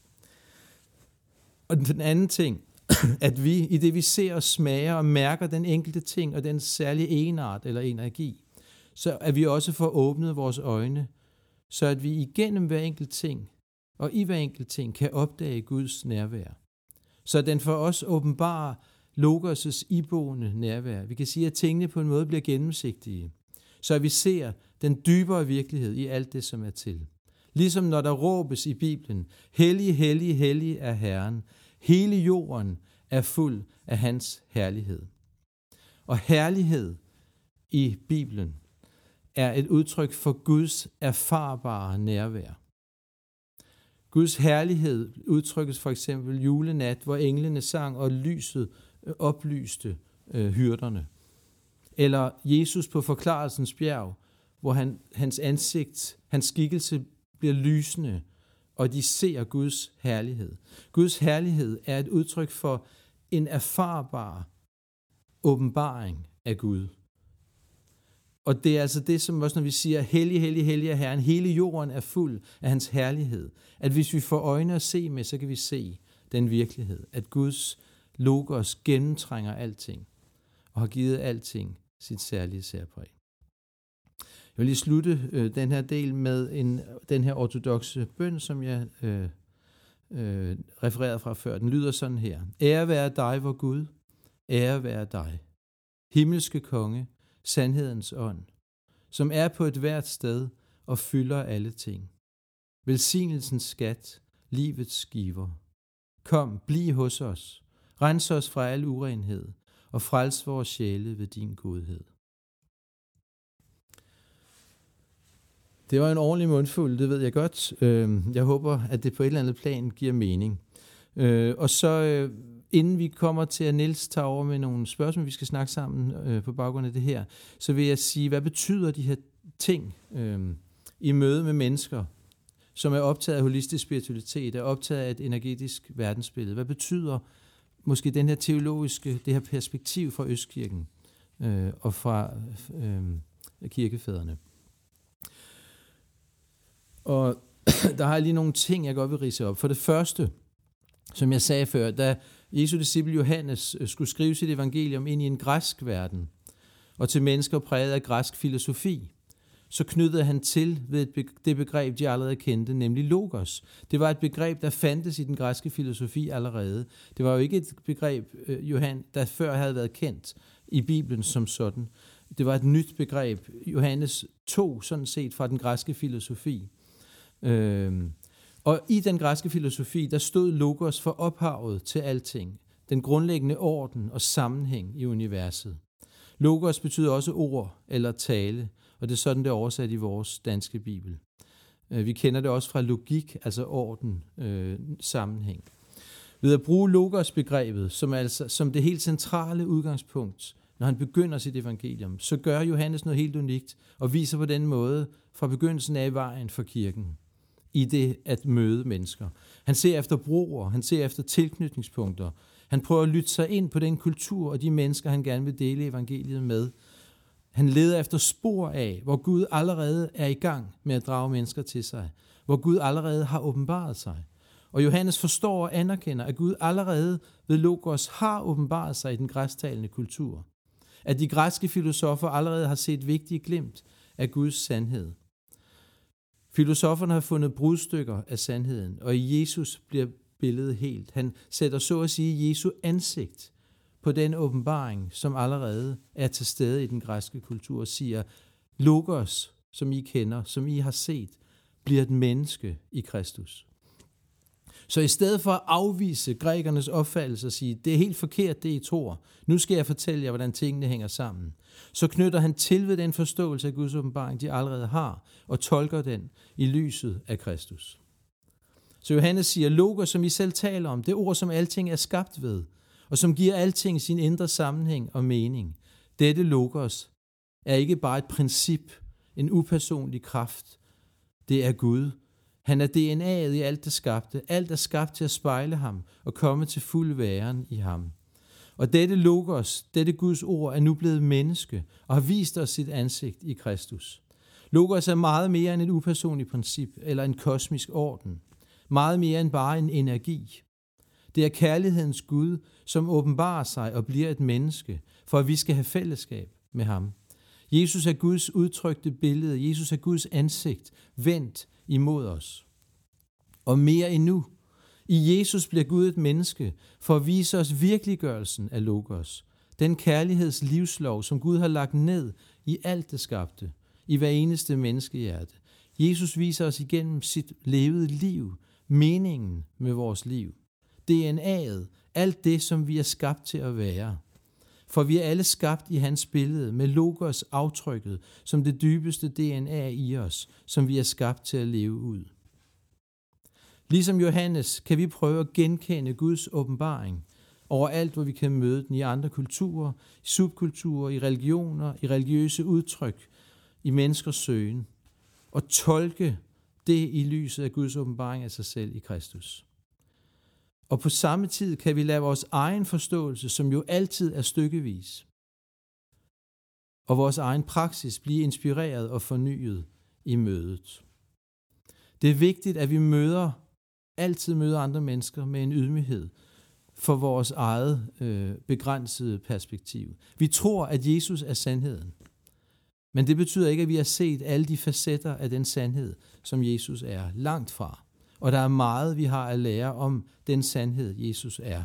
Og den anden ting, at vi, i det vi ser og smager og mærker den enkelte ting og den særlige egenart eller energi, så at vi også får åbnet vores øjne, så at vi igennem hver enkelt ting og i hver enkelt ting kan opdage Guds nærvær. Så den for os åbenbarer Logos' iboende nærvær. Vi kan sige, at tingene på en måde bliver gennemsigtige, så at vi ser den dybere virkelighed i alt det, som er til. Ligesom når der råbes i Bibelen, hellig, hellig, hellig er Herren. Hele jorden er fuld af hans herlighed. Og herlighed i Bibelen er et udtryk for Guds erfarbare nærvær. Guds herlighed udtrykkes for eksempel julenat, hvor englene sang og lyset oplyste hyrderne. Eller Jesus på forklarelsens bjerg, hvor hans skikkelse bliver lysende, og de ser Guds herlighed. Guds herlighed er et udtryk for en erfarbar åbenbaring af Gud. Og det er altså det, som også når vi siger, hellig, hellig, hellig er Herren, hele jorden er fuld af hans herlighed. At hvis vi får øjne at se med, så kan vi se den virkelighed. At Guds logos gennemtrænger alting, og har givet alting sit særlige særpræg. Jeg vil lige slutte den her del med den her ortodokse bøn, som jeg refererede fra før. Den lyder sådan her. Ære være dig, vor Gud. Ære være dig. Himmelske konge, sandhedens ånd, som er på et hvert sted og fylder alle ting. Velsignelsens skat, livets giver. Kom, bliv hos os. Rens os fra al urenhed og frels vores sjæle ved din godhed. Det var en ordentlig mundfuld, det ved jeg godt. Jeg håber, at det på et eller andet plan giver mening. Og så inden vi kommer til, at Niels tager over med nogle spørgsmål, vi skal snakke sammen på baggrund af det her, så vil jeg sige, hvad betyder de her ting i møde med mennesker, som er optaget af holistisk spiritualitet, er optaget af et energetisk verdensbillede? Hvad betyder måske den her teologiske, det her perspektiv fra Østkirken og fra kirkefædrene? Og der har jeg lige nogle ting, jeg godt vil ridse op. For det første, som jeg sagde før, da Jesu disciple Johannes skulle skrive sit evangelium ind i en græsk verden, og til mennesker præget af græsk filosofi, så knyttede han til ved det begreb, de allerede kendte, nemlig logos. Det var et begreb, der fandtes i den græske filosofi allerede. Det var jo ikke et begreb, der før havde været kendt i Bibelen som sådan. Det var et nyt begreb. Johannes tog sådan set fra den græske filosofi. Og i den græske filosofi, der stod logos for ophavet til alting. Den grundlæggende orden og sammenhæng i universet. Logos betyder også ord eller tale, og det er sådan, det er oversat i vores danske bibel. Vi kender det også fra logik, altså orden, sammenhæng. Ved at bruge logos-begrebet som det helt centrale udgangspunkt, når han begynder sit evangelium, så gør Johannes noget helt unikt og viser på den måde fra begyndelsen af vejen for kirken i det at møde mennesker. Han ser efter broer, han ser efter tilknytningspunkter. Han prøver at lytte sig ind på den kultur og de mennesker, han gerne vil dele evangeliet med. Han leder efter spor af, hvor Gud allerede er i gang med at drage mennesker til sig. Hvor Gud allerede har åbenbaret sig. Og Johannes forstår og anerkender, at Gud allerede ved logos har åbenbaret sig i den græstalende kultur. At de græske filosofer allerede har set vigtige glimt af Guds sandhed. Filosoferne har fundet brudstykker af sandheden, og i Jesus bliver billedet helt. Han sætter så at sige Jesu ansigt på den åbenbaring, som allerede er til stede i den græske kultur, og siger, logos, som I kender, som I har set, bliver et menneske i Kristus. Så i stedet for at afvise grækernes opfattelse og sige, det er helt forkert, det I tror, nu skal jeg fortælle jer, hvordan tingene hænger sammen, så knytter han til ved den forståelse af Guds åbenbaring, de allerede har, og tolker den i lyset af Kristus. Så Johannes siger, logos, som I selv taler om, det ord, som alting er skabt ved, og som giver alting sin indre sammenhæng og mening. Dette logos er ikke bare et princip, en upersonlig kraft. Det er Gud. Han er DNA'et i alt det skabte. Alt er skabt til at spejle ham og komme til fuld væren i ham. Og dette logos, dette Guds ord, er nu blevet menneske og har vist os sit ansigt i Kristus. Logos er meget mere end et upersonligt princip eller en kosmisk orden. Meget mere end bare en energi. Det er kærlighedens Gud, som åbenbarer sig og bliver et menneske, for at vi skal have fællesskab med ham. Jesus er Guds udtrykte billede. Jesus er Guds ansigt vendt imod os. Og mere endnu, i Jesus bliver Gud et menneske for at vise os virkeliggørelsen af logos. Den kærligheds livslov, som Gud har lagt ned i alt det skabte, i hver eneste menneskehjerte. Jesus viser os igennem sit levede liv, meningen med vores liv. DNA'et, alt det, som vi er skabt til at være. For vi er alle skabt i hans billede, med logos aftrykket som det dybeste DNA i os, som vi er skabt til at leve ud. Ligesom Johannes kan vi prøve at genkende Guds åbenbaring overalt, hvor vi kan møde den i andre kulturer, i subkulturer, i religioner, i religiøse udtryk, i menneskers søgen, og tolke det i lyset af Guds åbenbaring af sig selv i Kristus. Og på samme tid kan vi lade vores egen forståelse, som jo altid er stykkevis, og vores egen praksis blive inspireret og fornyet i mødet. Det er vigtigt, at vi altid møder andre mennesker med en ydmyghed for vores eget begrænsede perspektiv. Vi tror, at Jesus er sandheden, men det betyder ikke, at vi har set alle de facetter af den sandhed, som Jesus er, langt fra. Og der er meget, vi har at lære om den sandhed, Jesus er.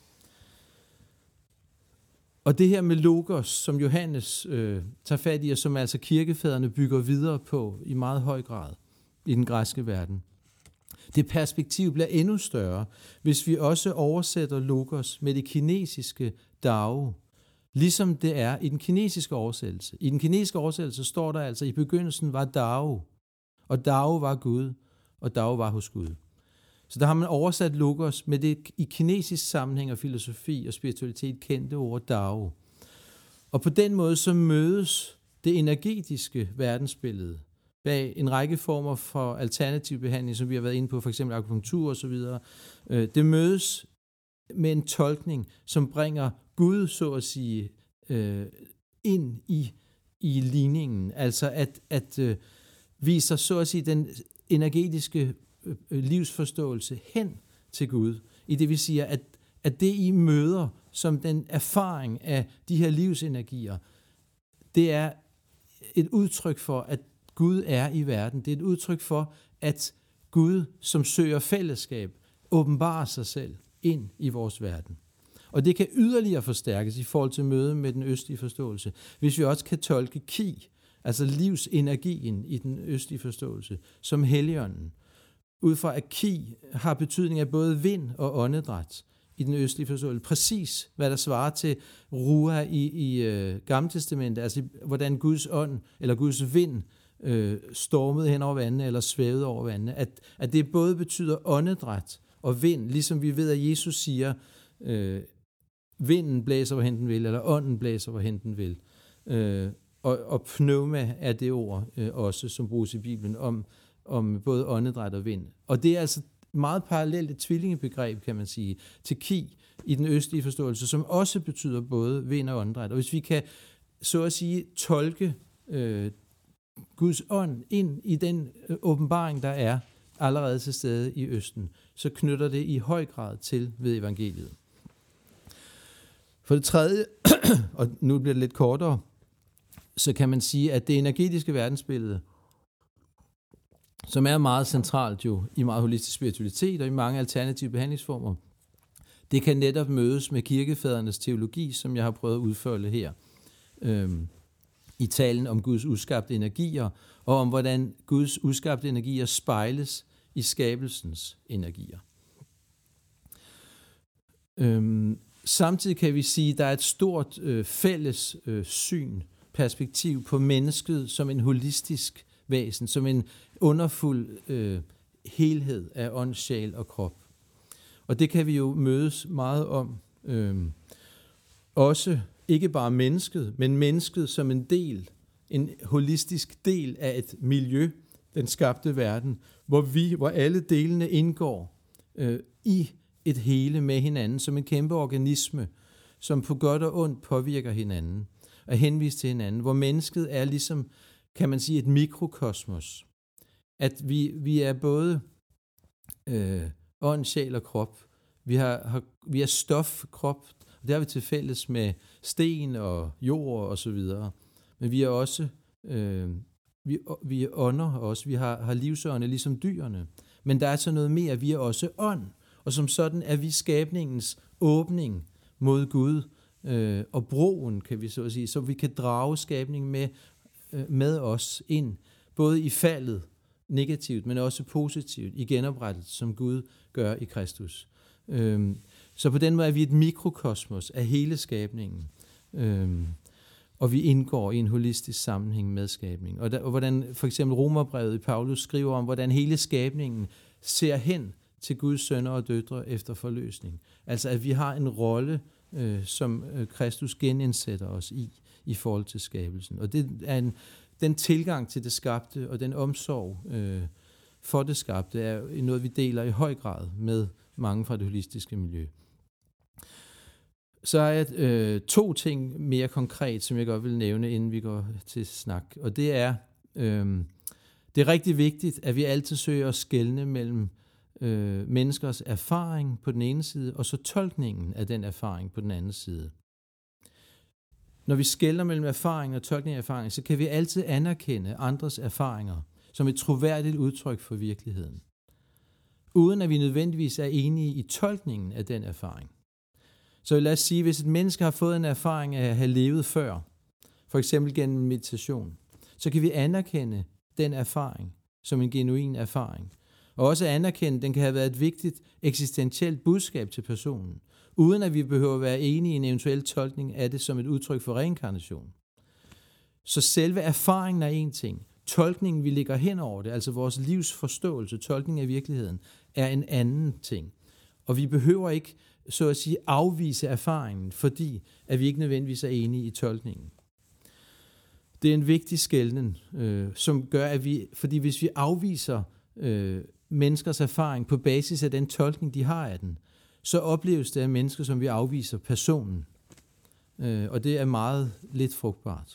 Og det her med logos, som Johannes tager fat i, og som altså kirkefædrene bygger videre på i meget høj grad i den græske verden. Det perspektiv bliver endnu større, hvis vi også oversætter logos med det kinesiske dao, ligesom det er i den kinesiske oversættelse. I den kinesiske oversættelse står der altså, i begyndelsen var dao, og dao var Gud, og dao var hos Gud. Så der har man oversat logos med det i kinesisk sammenhæng og filosofi og spiritualitet kendte ord dao. Og på den måde så mødes det energetiske verdensbillede bag en række former for alternativ behandling, som vi har været inde på, f.eks. akupunktur og så videre. Det mødes med en tolkning, som bringer Gud, så at sige, ind i ligningen. Altså at viser, så at sige, den energetiske livsforståelse hen til Gud. I det vi siger, at det I møder som den erfaring af de her livsenergier, det er et udtryk for, at Gud er i verden. Det er et udtryk for, at Gud, som søger fællesskab, åbenbarer sig selv ind i vores verden. Og det kan yderligere forstærkes i forhold til mødet med den østlige forståelse, hvis vi også kan tolke ki, altså livsenergien i den østlige forståelse, som Helligånden, ud fra at ki har betydning af både vind og åndedræt i den østlige forståelse. Præcis, hvad der svarer til ruah i Gamle Testamentet, altså hvordan Guds ånd eller Guds vind stormede hen over vandene eller svævede over vandene. At det både betyder åndedræt og vind, ligesom vi ved, at Jesus siger, vinden blæser, hvorhen den vil, eller ånden blæser, hvorhen den vil. Og pneuma er det ord også, som bruges i Bibelen, om både åndedræt og vind. Og det er altså meget parallelt et tvillingebegreb, kan man sige, til ki i den østlige forståelse, som også betyder både vind og åndedræt. Og hvis vi kan, så at sige, tolke Guds ånd ind i den åbenbaring, der er allerede til stede i Østen, så knytter det i høj grad til ved evangeliet. For det tredje, og nu bliver det lidt kortere, så kan man sige, at det energetiske verdensbillede, som er meget centralt jo i meget holistisk spiritualitet og i mange alternative behandlingsformer, det kan netop mødes med kirkefædrenes teologi, som jeg har prøvet at udfolde her i talen om Guds udskabte energier, og om hvordan Guds udskabte energier spejles i skabelsens energier. Samtidig kan vi sige, at der er et stort fælles perspektiv på mennesket som en holistisk væsen, som en underfuld helhed af ånd, sjæl og krop. Og det kan vi jo mødes meget om. Også ikke bare mennesket, men mennesket som en holistisk del af et miljø, den skabte verden, hvor alle delene indgår i et hele med hinanden, som en kæmpe organisme, som på godt og ondt påvirker hinanden, og henviser til hinanden, hvor mennesket er ligesom, kan man sige, et mikrokosmos. At vi er både ånd, sjæl og krop. Vi er stof, krop, og det har vi til fælles med sten og jord og så videre. Men vi er også, vi er ånder også, vi har livsånde ligesom dyrene. Men der er så noget mere, vi er også ånd, og som sådan er vi skabningens åbning mod Gud, og broen, kan vi så sige, så vi kan drage skabningen med os ind, både i faldet, negativt, men også positivt, i genoprettet, som Gud gør i Kristus. Så på den måde er vi et mikrokosmos af hele skabningen, og vi indgår i en holistisk sammenhæng med skabningen. Og hvordan for eksempel Romerbrevet i Paulus skriver om, hvordan hele skabningen ser hen til Guds sønner og døtre efter forløsning. Altså at vi har en rolle, som Kristus genindsætter os i forhold til skabelsen. Og det er den tilgang til det skabte og den omsorg for det skabte er noget, vi deler i høj grad med mange fra det holistiske miljø. Så er jeg 2 ting mere konkret, som jeg godt vil nævne, inden vi går til snak. Og det er rigtig vigtigt, at vi altid søger at skelne mellem menneskers erfaring på den ene side, og så tolkningen af den erfaring på den anden side. Når vi skelner mellem erfaring og tolkning af erfaring, så kan vi altid anerkende andres erfaringer som et troværdigt udtryk for virkeligheden, uden at vi nødvendigvis er enige i tolkningen af den erfaring. Så lad os sige, hvis et menneske har fået en erfaring af at have levet før, for eksempel gennem meditation, så kan vi anerkende den erfaring som en genuin erfaring, og også anerkende, at den kan have været et vigtigt eksistentielt budskab til personen, uden at vi behøver at være enige i en eventuel tolkning af det som et udtryk for reinkarnation. Så selve erfaringen er en ting. Tolkningen, vi ligger hen over det, altså vores livs forståelse, tolkning af virkeligheden, er en anden ting. Og vi behøver ikke, så at sige, afvise erfaringen, fordi at vi ikke nødvendigvis er enige i tolkningen. Det er en vigtig skelnen, som gør, at fordi hvis vi afviser menneskers erfaring på basis af den tolkning, de har af den, så opleves det af mennesker, som vi afviser personen. Og det er meget lidt frugtbart.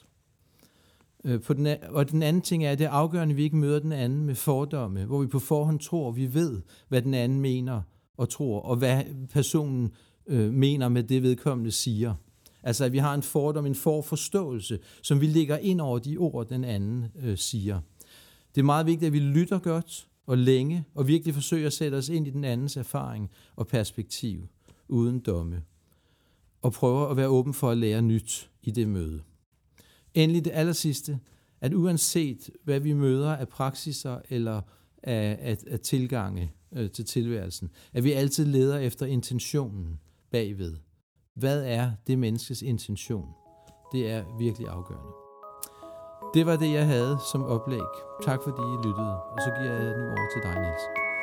Og den anden ting er, at det er afgørende, at vi ikke møder den anden med fordomme, hvor vi på forhånd tror, vi ved, hvad den anden mener og tror, og hvad personen mener med det, vedkommende siger. Altså, at vi har en fordom, en forforståelse, som vi lægger ind over de ord, den anden siger. Det er meget vigtigt, at vi lytter godt og længe, og virkelig forsøger at sætte os ind i den andens erfaring og perspektiv, uden domme, og prøver at være åben for at lære nyt i det møde. Endelig det allersidste, at uanset hvad vi møder af praksiser eller af tilgange til tilværelsen. At vi altid leder efter intentionen bagved. Hvad er det menneskes intention? Det er virkelig afgørende. Det var det, jeg havde som oplæg. Tak fordi I lyttede, og så giver jeg nu over til dig, Niels.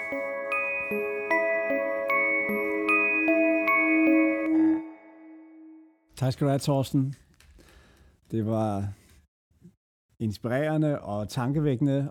Tak skal du have, Torsten. Det var inspirerende og tankevækkende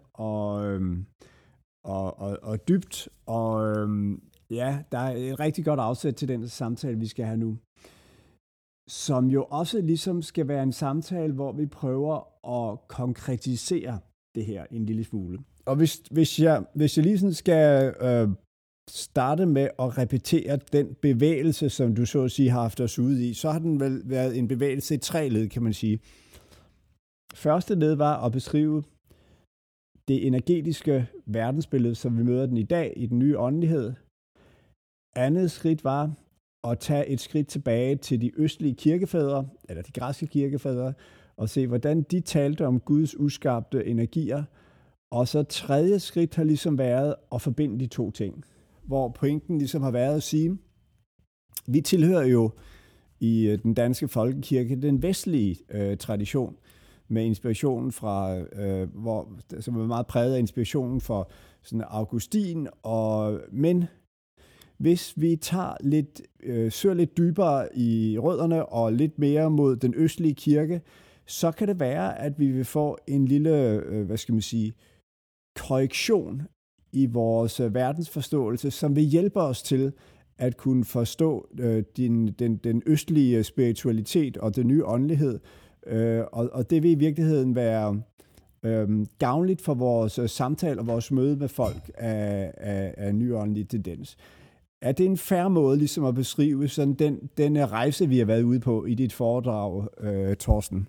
og dybt. Og ja, der er et rigtig godt afsæt til den samtale, vi skal have nu. Som jo også ligesom skal være en samtale, hvor vi prøver at konkretisere det her en lille smule. Og hvis jeg lige sådan skal starte med at repetere den bevægelse, som du så at sige har haft os ude i, så har den vel været en bevægelse i 3 led, kan man sige. Første led var at beskrive det energetiske verdensbillede, som vi møder den i dag i den nye åndelighed. Andet skridt var at tage et skridt tilbage til de østlige kirkefædre, eller de græske kirkefædre, og se, hvordan de talte om Guds uskabte energier. Og så tredje skridt har ligesom været at forbinde de 2 ting, hvor pointen ligesom har været at sige, vi tilhører jo i den danske folkekirke den vestlige tradition, med inspirationen fra, som er meget præget af inspirationen fra sådan Augustin, men hvis vi søger lidt dybere i rødderne og lidt mere mod den østlige kirke, så kan det være, at vi vil få en lille, korrektion i vores verdensforståelse, som vil hjælpe os til at kunne forstå den østlige spiritualitet og den nye åndelighed. Og det vil i virkeligheden være gavnligt for vores samtale og vores møde med folk af ny åndelig tendens. Er det en fair måde ligesom at beskrive sådan den rejse, vi har været ude på i dit foredrag, Torsten?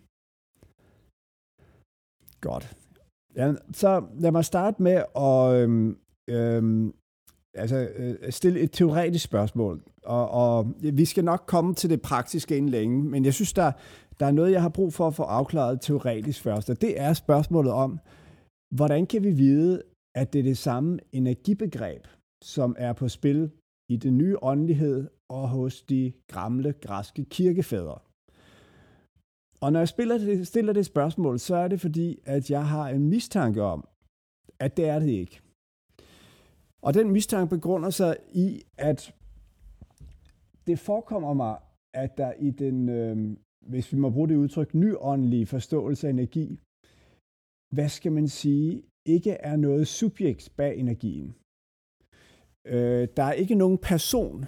Godt. Ja, så lad mig starte med at stille et teoretisk spørgsmål. Og vi skal nok komme til det praktiske inden længe, men jeg synes, der er noget, jeg har brug for at få afklaret teoretisk først, og det er spørgsmålet om, hvordan kan vi vide, at det er det samme energibegreb, som er på spil i den nye åndelighed og hos de gamle græske kirkefædre. Og når jeg stiller det spørgsmål, så er det fordi, at jeg har en mistanke om, at det er det ikke. Og den mistanke begrunder sig i, at det forekommer mig, at der i den, hvis vi må bruge det udtryk, nyåndelige forståelse af energi, hvad skal man sige, ikke er noget subjekt bag energien. Der er ikke nogen person,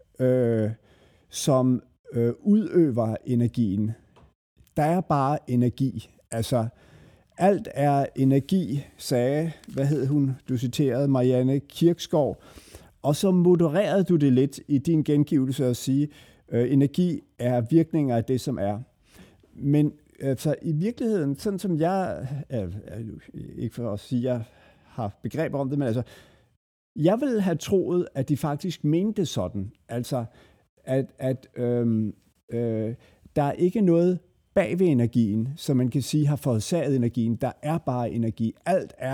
som udøver energien. Der er bare energi. Altså, alt er energi, sagde, du citerede Marianne Kirkskov, og så modererede du det lidt i din gengivelse at sige, energi er virkninger af det, som er. Men altså, i virkeligheden, sådan som jeg, ikke for at sige, at jeg har begreb om det, men altså, jeg ville have troet, at de faktisk mente sådan. Altså, at der er ikke noget bag ved energien, som man kan sige har forårsaget energien. Der er bare energi. Alt er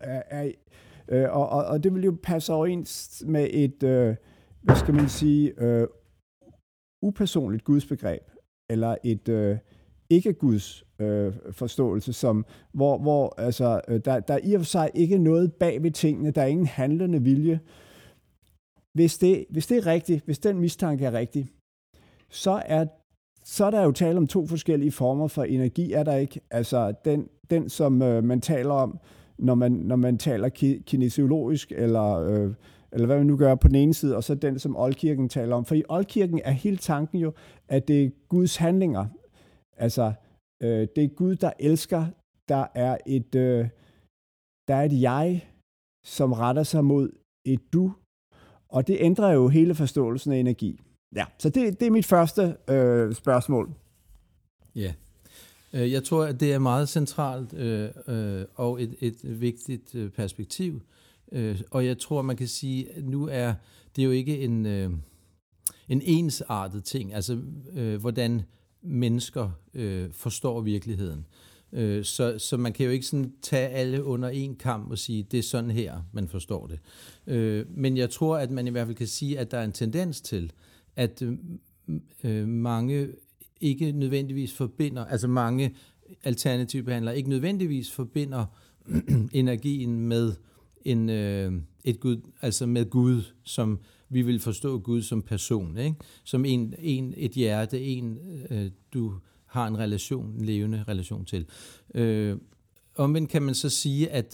og det vil jo passe overens med et, upersonligt gudsbegreb, eller et ikke-guds forståelse, som, hvor altså, der er i og for sig ikke noget bag ved tingene, der er ingen handlende vilje. Hvis det er rigtigt, hvis den mistanke er rigtig, så er der jo tale om 2 forskellige former for energi, er der ikke? Altså den som man taler om, når man taler kinesiologisk, eller hvad man nu gør på den ene side, og så den, som oldkirken taler om. For i oldkirken er hele tanken jo, at det er Guds handlinger. Altså, det er Gud, der elsker. Der er et jeg, som retter sig mod et du, og det ændrer jo hele forståelsen af energi. Ja, så det er mit første spørgsmål.
Ja, jeg tror, at det er meget centralt og et vigtigt perspektiv. Og jeg tror, man kan sige, at nu er det jo ikke en ensartet ting, altså hvordan mennesker forstår virkeligheden. Så man kan jo ikke sådan tage alle under en kam og sige, det er sådan her, man forstår det. Men jeg tror, at man i hvert fald kan sige, at der er en tendens til, at mange ikke nødvendigvis forbinder, altså mange alternative behandlere ikke nødvendigvis forbinder energien med et Gud, altså med Gud, som vi vil forstå Gud som person, ikke? Som et hjerte, du har en levende relation til. Omvendt kan man så sige, at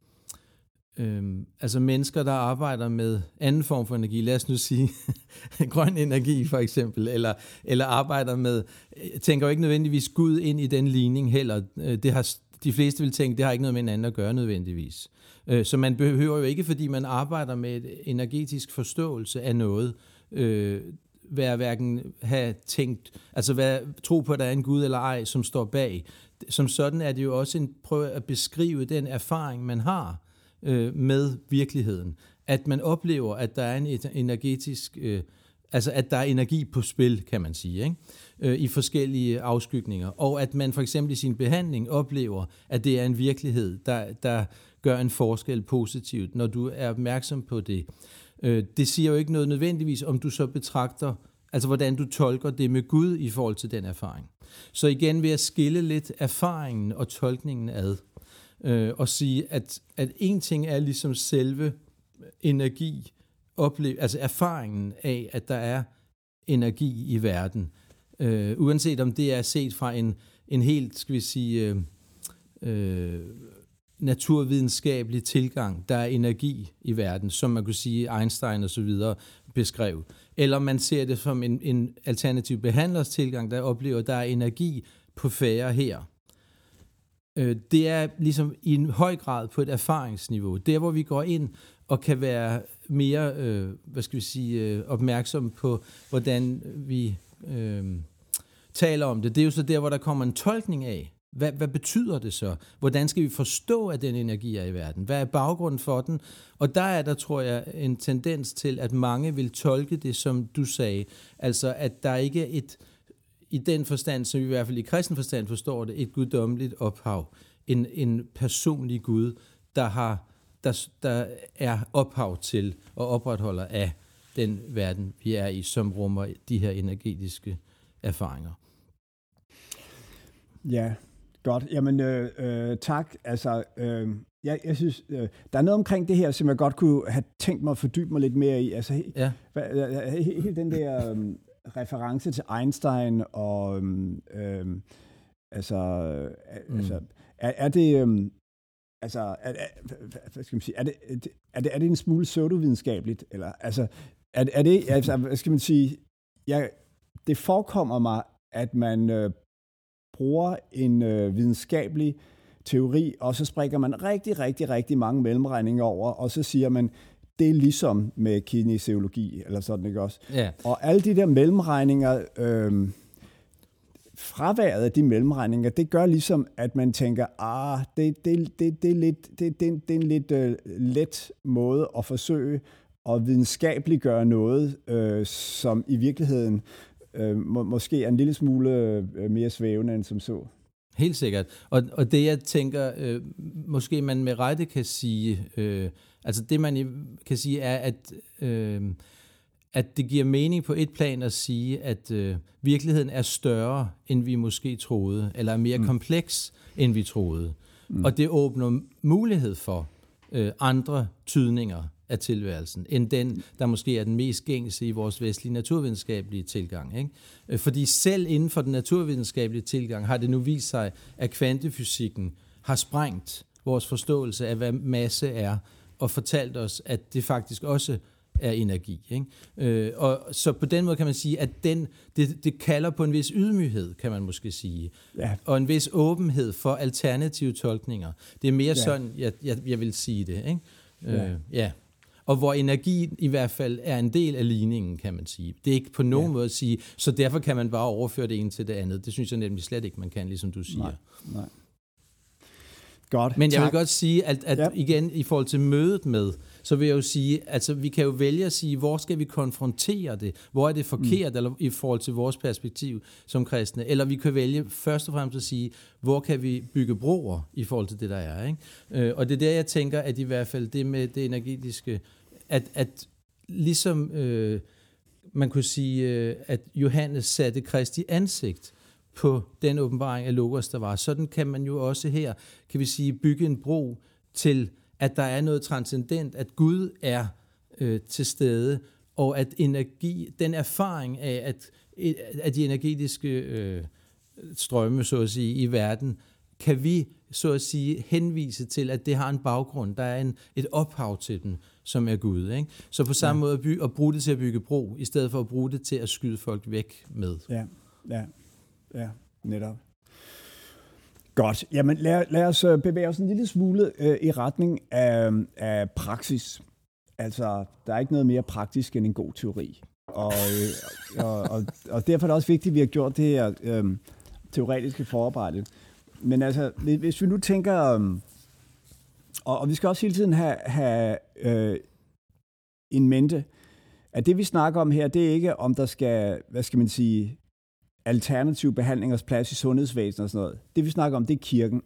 altså mennesker, der arbejder med anden form for energi, lad os nu sige grøn energi for eksempel, eller arbejder med, tænker jo ikke nødvendigvis Gud ind i den ligning heller. De fleste vil tænke, det har ikke noget med hinanden at gøre nødvendigvis. Så man behøver jo ikke, fordi man arbejder med et energetisk forståelse af noget, hverken have tænkt, altså tro på, at der er en Gud eller ej, som står bag. Som sådan er det jo også prøve at beskrive den erfaring, man har med virkeligheden. At man oplever, at der er en energetisk, altså at der er energi på spil, kan man sige, ikke? I forskellige afskygninger. Og at man for eksempel i sin behandling oplever, at det er en virkelighed, der gør en forskel positivt, når du er opmærksom på det. Det siger jo ikke noget nødvendigvis, om du så betragter, altså hvordan du tolker det med Gud i forhold til den erfaring. Så igen vil jeg skille lidt erfaringen og tolkningen ad, og sige, at en ting er ligesom selve energi, altså erfaringen af, at der er energi i verden, uanset om det er set fra en helt, skal vi sige, naturvidenskabelig tilgang, der er energi i verden, som man kunne sige Einstein og så videre beskrev. Eller man ser det som en alternativ behandlers tilgang, der oplever, at der er energi på færre her. Det er ligesom i en høj grad på et erfaringsniveau. Der, hvor vi går ind og kan være mere, opmærksom på, hvordan vi taler om det. Det er jo så der, hvor der kommer en tolkning af, hvad betyder det så? Hvordan skal vi forstå, at den energi er i verden? Hvad er baggrunden for den? Og der er der, tror jeg, en tendens til, at mange vil tolke det, som du sagde. Altså, at der ikke er i den forstand, som vi i hvert fald i kristen forstand forstår det, et guddommeligt ophav. En personlig Gud, der er ophav til og opretholder af den verden, vi er i, som rummer de her energetiske erfaringer.
Ja, godt. Jamen, tak. Altså, jeg synes, der er noget omkring det her, som jeg godt kunne have tænkt mig at fordybe mig lidt mere i. Altså, hele den der reference til Einstein og er det hvad skal man sige, er det en smule pseudovidenskabeligt, eller altså er det, altså, hvad skal man sige, det forekommer mig, at man bruger en videnskabelig teori, og så springer man rigtig mange mellemregninger over, og så siger man, det er ligesom med kinesiologi, eller sådan, ikke også?
Ja.
Og alle de der mellemregninger, fraværet af de mellemregninger, det gør ligesom, at man tænker, det er en lidt let måde at forsøge at videnskabeliggøre noget, som i virkeligheden måske er en lille smule mere svævende end som så.
Helt sikkert. Og det, jeg tænker, måske man med rette kan sige, altså det, man kan sige, er, at det giver mening på et plan at sige, at virkeligheden er større, end vi måske troede, eller er mere kompleks, end vi troede. Og det åbner mulighed for andre tydninger af tilværelsen, end den, der måske er den mest gængse i vores vestlige naturvidenskabelige tilgang. Ikke? Fordi selv inden for den naturvidenskabelige tilgang har det nu vist sig, at kvantefysikken har sprængt vores forståelse af, hvad masse er, og fortalt os, at det faktisk også er energi. Ikke? Og så på den måde kan man sige, at det kalder på en vis ydmyghed, kan man måske sige. Ja. Og en vis åbenhed for alternative tolkninger. Det er mere sådan, jeg vil sige det. Ikke? Ja. Og hvor energi i hvert fald er en del af ligningen, kan man sige. Det er ikke på nogen måde at sige, så derfor kan man bare overføre det ene til det andet. Det synes jeg nemlig slet ikke, man kan, ligesom du siger.
Nej. Godt.
Men jeg vil
Tak.
godt sige, at igen i forhold til mødet med, så vil jeg jo sige, altså vi kan jo vælge at sige, hvor skal vi konfrontere det? Hvor er det forkert, eller i forhold til vores perspektiv som kristne? Eller vi kan vælge først og fremmest at sige, hvor kan vi bygge broer i forhold til det, der er, ikke? Og det er der, jeg tænker, at i hvert fald det med det energetiske, at ligesom man kunne sige, at Johannes satte Kristi ansigt på den åbenbaring af Logos, der var. Sådan kan man jo også her, kan vi sige, bygge en bro til, at der er noget transcendent, at Gud er til stede, og at energi, den erfaring af, at de energetiske strømme, så at sige, i verden, kan vi, så at sige, henvise til, at det har en baggrund. Der er et ophav til den, som er Gud. Ikke? Så på samme måde at bruge det til at bygge bro, i stedet for at bruge det til at skyde folk væk med.
Ja, netop. Godt. Jamen lad os bevæge os en lille smule i retning af praksis. Altså, der er ikke noget mere praktisk end en god teori. Og derfor er det også vigtigt, at vi har gjort det her teoretiske forarbejde. Men altså, hvis vi nu tænker, og vi skal også hele tiden have en mente, at det vi snakker om her, det er ikke om der skal, hvad skal man sige, alternativ behandlingers plads i sundhedsvæsenet og sådan noget. Det vi snakker om, det er kirken.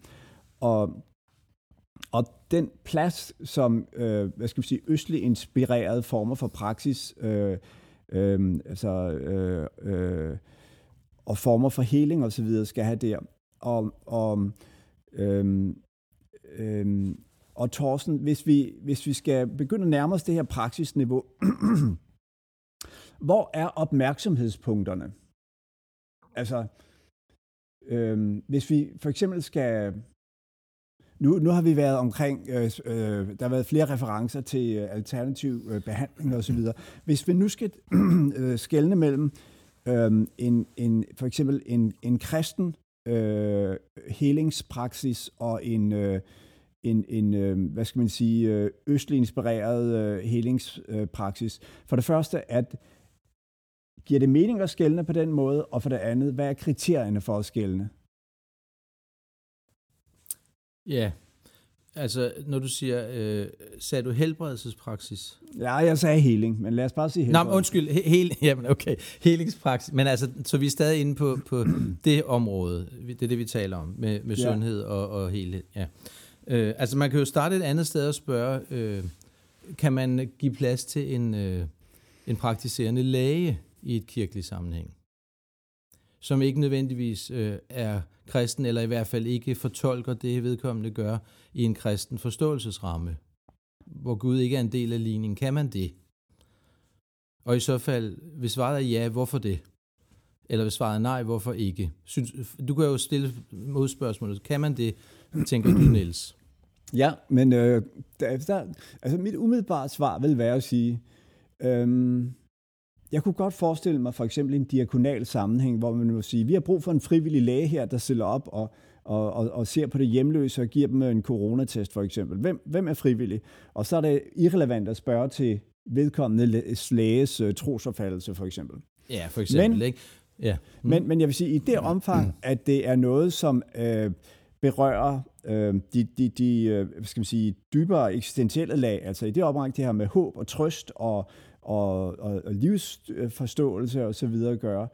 og den plads, som hvad skal man sige, østlig inspirerede former for praksis, og former for heling og så videre skal have der. Og Thorsten, hvis vi skal begynde at nærme os det her praksisniveau, hvor er opmærksomhedspunkterne? Altså, hvis vi for eksempel skal... Nu har vi været omkring, der har været flere referencer til alternativ behandling og så videre. Hvis vi nu skal skelne mellem for eksempel en kristen helingspraksis og en hvad skal man sige, østlig inspireret helingspraksis. For det første, at giver det mening at skelne på den måde, og for det andet, hvad er kriterierne for at skelne?
Ja, altså når du siger, sagde du helbredelsespraksis?
Ja, jeg sagde healing, men lad os bare sige helbredelse.
Nå, undskyld, jamen okay, helingspraksis, men altså, så vi er stadig inde på det område, det er det, vi taler om, med sundhed og helhed, ja. Altså man kan jo starte et andet sted og spørge, kan man give plads til en praktiserende læge i et kirkeligt sammenhæng, som ikke nødvendigvis er kristen, eller i hvert fald ikke fortolker det, vedkommende gør i en kristen forståelsesramme, hvor Gud ikke er en del af ligningen. Kan man det? Og i så fald, hvis svaret er ja, hvorfor det? Eller hvis svaret er nej, hvorfor ikke? Du kan jo stille modspørgsmålet. Kan man det, tænker du, Niels?
Ja, men altså mit umiddelbare svar vil være at sige, jeg kunne godt forestille mig for eksempel en diakonal sammenhæng, hvor man må sige, vi har brug for en frivillig læge her, der stiller op og ser på det hjemløse og giver dem en coronatest for eksempel. Hvem er frivillig? Og så er det irrelevant at spørge til vedkommende læges trosopfattelse for eksempel.
Ja, for eksempel, ikke? Ja.
Men jeg vil sige, i det omfang, at det er noget, som berører de hvad skal man sige, dybere eksistentielle lag, altså i det omfang, det her med håb og trøst og livsforståelse og så videre at gøre,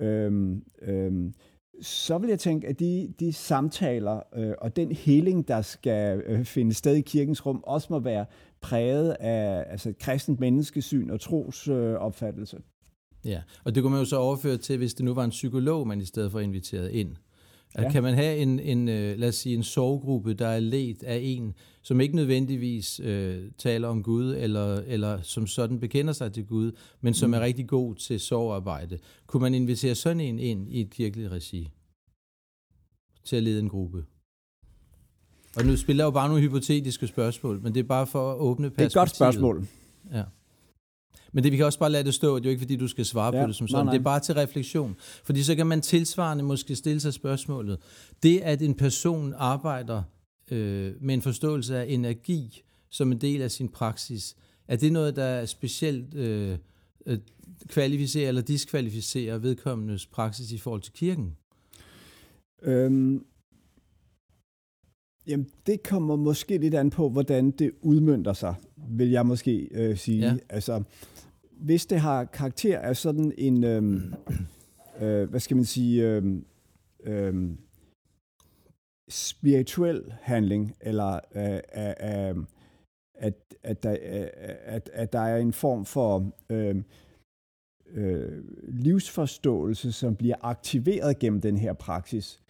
så vil jeg tænke, at de samtaler og den healing, der skal finde sted i kirkens rum, også må være præget af altså et kristent menneskesyn og trosopfattelse.
Ja, og det kunne man jo så overføre til, hvis det nu var en psykolog, man i stedet for inviteret ind. Ja. Kan man have en lad os sige, en sorggruppe, der er ledt af en, som ikke nødvendigvis taler om Gud, eller som sådan bekender sig til Gud, men som er rigtig god til sorgarbejde. Kunne man invitere sådan en ind i et kirkeligt regi til at lede en gruppe? Og nu spiller jeg jo bare nogle hypotetiske spørgsmål, men det er bare for at åbne perspektivet.
Det er et godt spørgsmål.
Ja. Men vi kan også bare lade det stå, det er jo ikke fordi, du skal svare på det som sådan. Nej. Det er bare til refleksion. Fordi så kan man tilsvarende måske stille sig spørgsmålet. Det, at en person arbejder med en forståelse af energi som en del af sin praksis, er det noget, der specielt kvalificerer eller diskvalificerer vedkommendes praksis i forhold til kirken?
Jamen, det kommer måske lidt an på, hvordan det udmønter sig, vil jeg måske sige. Ja. Altså, hvis det har karakter af sådan en, hvad skal man sige, spirituel handling, eller at der er en form for livsforståelse, som bliver aktiveret gennem den her praksis,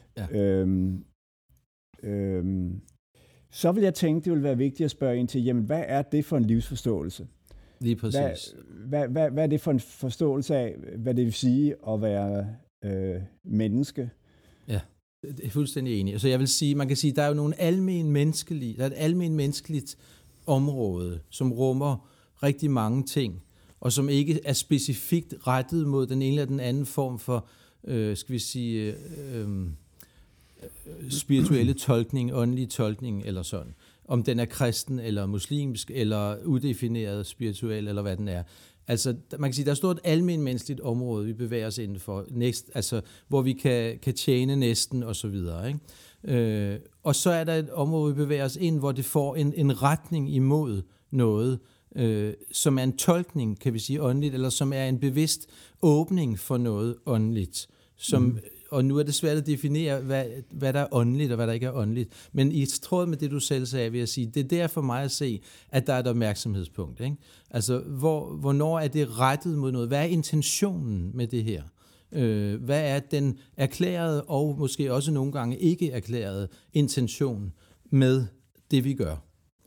så vil jeg tænke, det vil være vigtigt at spørge ind til, jamen, hvad er det for en livsforståelse?
Lige præcis.
Hvad er det for en forståelse af, hvad det vil sige at være menneske?
Ja, det er fuldstændig enig. Så jeg vil sige, man kan sige, der er jo der er et almen menneskeligt område, som rummer rigtig mange ting, og som ikke er specifikt rettet mod den ene eller den anden form for, skal vi sige, spirituelle tolkning, åndelig tolkning eller sådan. Om den er kristen eller muslimsk eller udefineret spirituel eller hvad den er. Altså, man kan sige, der er stort et almen menneskeligt område, vi bevæger os inden for, altså, hvor vi kan tjene næsten og så videre, ikke? Og så er der et område, vi bevæger os ind, hvor det får en retning imod noget, som er en tolkning, kan vi sige, åndeligt, eller som er en bevidst åbning for noget åndeligt, som og nu er det svært at definere, hvad der er åndeligt og hvad der ikke er åndeligt. Men i tråd med det, du selv sagde, vil jeg sige, det er der for mig at se, at der er et opmærksomhedspunkt. Ikke? Altså, hvornår er det rettet mod noget? Hvad er intentionen med det her? Hvad er den erklærede og måske også nogle gange ikke erklærede intention med det, vi gør?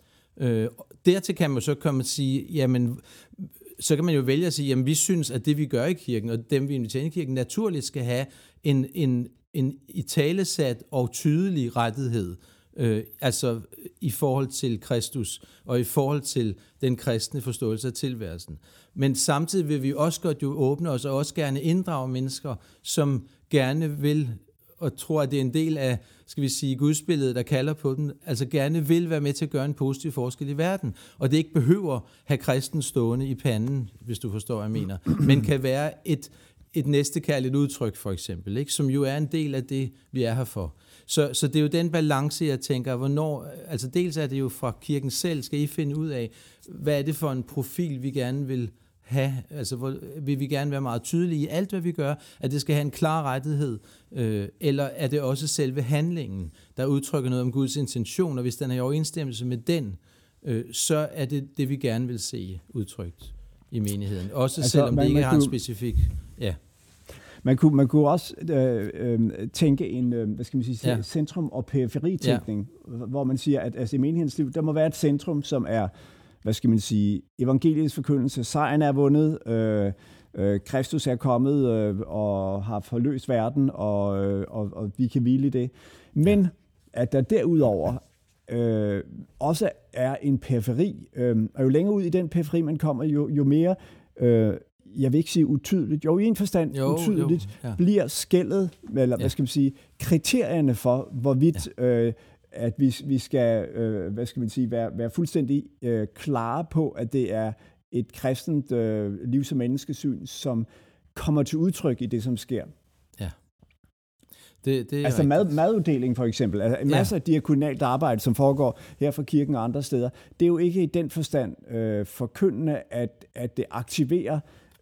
Dertil kan man så komme og sige, jamen, så kan man jo vælge at sige, jamen vi synes, at det vi gør i kirken, og dem vi inviterer i kirken, naturligt skal have en italesat og tydelig rettighed, altså i forhold til Kristus, og i forhold til den kristne forståelse af tilværelsen. Men samtidig vil vi også godt jo åbne os, og også gerne inddrage mennesker, som gerne vil, og tror, at det er en del af, skal vi sige, gudsbilledet, der kalder på dem, altså gerne vil være med til at gøre en positiv forskel i verden. Og det ikke behøver have kristen stående i panden, hvis du forstår, hvad jeg mener, men kan være et næstekærligt udtryk, for eksempel, ikke? Som jo er en del af det, vi er her for. Så det er jo den balance, jeg tænker, hvornår, altså dels er det jo fra kirken selv, skal I finde ud af, hvad er det for en profil, vi gerne vil have, altså vil vi gerne være meget tydelige i alt, hvad vi gør, at det skal have en klar rettighed, eller er det også selve handlingen, der udtrykker noget om Guds intention, og hvis den er i overensstemmelse med den, så er det, vi gerne vil se udtrykt i menigheden. Også altså, selvom det ikke har en specifik... Ja.
Man kunne også tænke en, hvad skal man sige, centrum- og periferitænkning, hvor man siger, at altså, i menighedens liv, der må være et centrum, som er, hvad skal man sige, evangeliets forkyndelse, sejren er vundet, Kristus er kommet og har forløst verden, og vi kan hvile i det. Men at der derudover også er en periferi, og jo længere ud i den periferi man kommer, jo mere, jeg vil ikke sige utydeligt, jo i en forstand utydeligt, bliver skellet, eller hvad skal man sige, kriterierne for, hvorvidt at vi skal, hvad skal man sige, være fuldstændig klare på, at det er et kristent livs- og menneskesyn, som kommer til udtryk i det, som sker. Ja. Det altså maduddeling for eksempel, altså masser af diakonalt arbejde, som foregår her fra kirken og andre steder, det er jo ikke i den forstand forkyndende, at det aktiverer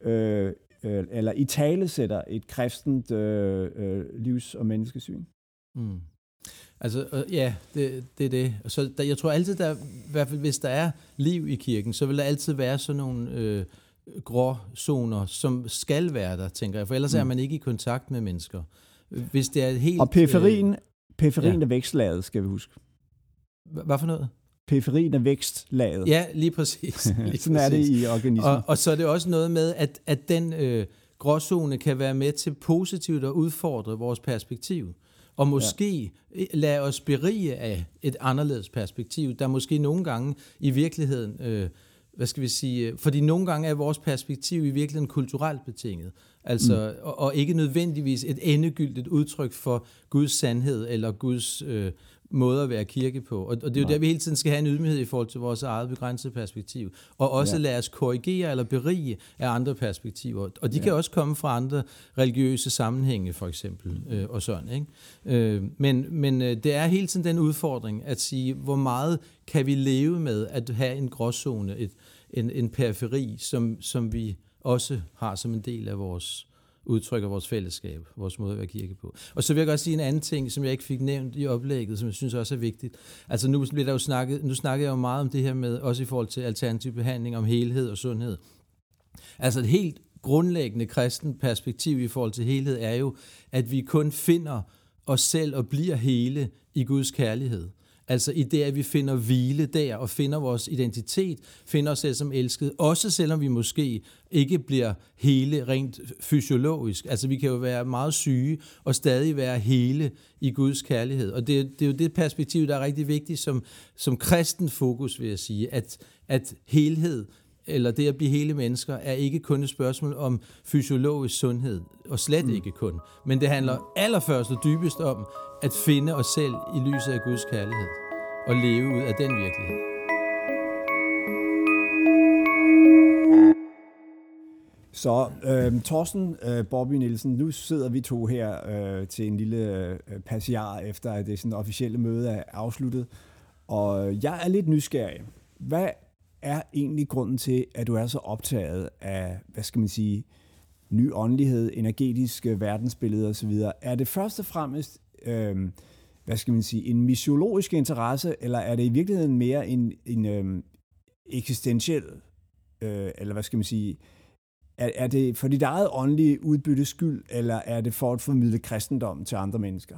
eller italesætter et kristent livs- og menneskesyn.
Mm. Altså, ja, det er det. Så jeg tror altid, i hvert fald hvis der er liv i kirken, så vil der altid være sådan nogle gråzoner, som skal være der, tænker jeg. For ellers er man ikke i kontakt med mennesker. Hvis det er et helt...
Og periferien er vækstlaget, skal vi huske.
Hvad for noget?
Periferien er vækstlaget.
Ja, lige præcis.
Sådan er det i organismen.
Og så er det også noget med, at den gråzone kan være med til positivt at udfordre vores perspektiv. Og måske lade os berige af et anderledes perspektiv, der måske nogle gange i virkeligheden, hvad skal vi sige, fordi nogle gange er vores perspektiv i virkeligheden kulturelt betinget, altså, og ikke nødvendigvis et endegyldigt udtryk for Guds sandhed, eller Guds måde at være kirke på. Og det er jo der, vi hele tiden skal have en ydmyghed i forhold til vores eget begrænsede perspektiv. Og også lade os korrigere eller berige af andre perspektiver. Og de kan også komme fra andre religiøse sammenhænge, for eksempel, og sådan, ikke? Men det er hele tiden den udfordring at sige, hvor meget kan vi leve med at have en gråzone, en periferi, som vi også har som en del af vores udtryk af vores fællesskab, vores måde at være kirke på. Og så vil jeg godt sige en anden ting, som jeg ikke fik nævnt i oplægget, som jeg synes også er vigtigt. Altså nu snakkede jeg jo meget om det her med, også i forhold til alternativ behandling, om helhed og sundhed. Altså et helt grundlæggende kristen perspektiv i forhold til helhed er jo, at vi kun finder os selv og bliver hele i Guds kærlighed. Altså i det, at vi finder hvile der, og finder vores identitet, finder os selv som elskede, også selvom vi måske ikke bliver hele rent fysiologisk. Altså vi kan jo være meget syge, og stadig være hele i Guds kærlighed. Og det er jo det perspektiv, der er rigtig vigtigt som kristen fokus, vil jeg sige, at helhed, eller det at blive hele mennesker, er ikke kun et spørgsmål om fysiologisk sundhed, og slet ikke kun. Men det handler allerførst og dybest om at finde os selv i lyset af Guds kærlighed, og leve ud af den virkelighed.
Så Torsten Bobby Nielsen, nu sidder vi to her til en lille passiar, efter at det sådan officielle møde er afsluttet, og jeg er lidt nysgerrig. Hvad er egentlig grunden til, at du er så optaget af, hvad skal man sige, ny åndelighed, energetiske verdensbilleder osv.? Er det først og fremmest, hvad skal man sige, en missiologisk interesse, eller er det i virkeligheden mere en eksistentiel, eller hvad skal man sige, er det for dit eget åndelige udbyttes skyld, eller er det for at formidle kristendom til andre mennesker?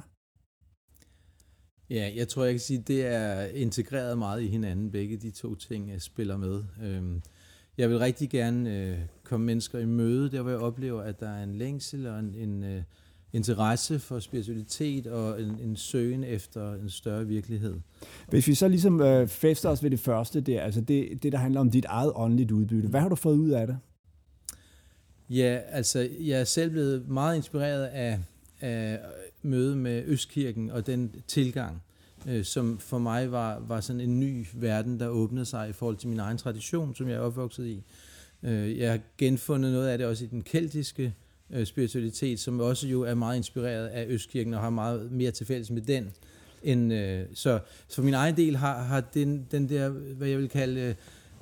Ja, jeg tror, jeg kan sige, at det er integreret meget i hinanden. Begge de to ting spiller med. Jeg vil rigtig gerne komme mennesker i møde, der hvor jeg oplever, at der er en længsel og en interesse for spiritualitet og en søgen efter en større virkelighed.
Hvis vi så ligesom fæster os ved det første der, altså det der handler om dit eget åndeligt udbytte. Hvad har du fået ud af det?
Ja, altså jeg er selv blevet meget inspireret af møde med Østkirken og den tilgang, som for mig var sådan en ny verden, der åbnede sig i forhold til min egen tradition, som jeg er opvokset i. Jeg har genfundet noget af det også i den keltiske spiritualitet, som også jo er meget inspireret af Østkirken og har meget mere til fælles med den. Så for min egen del har den der, hvad jeg vil kalde,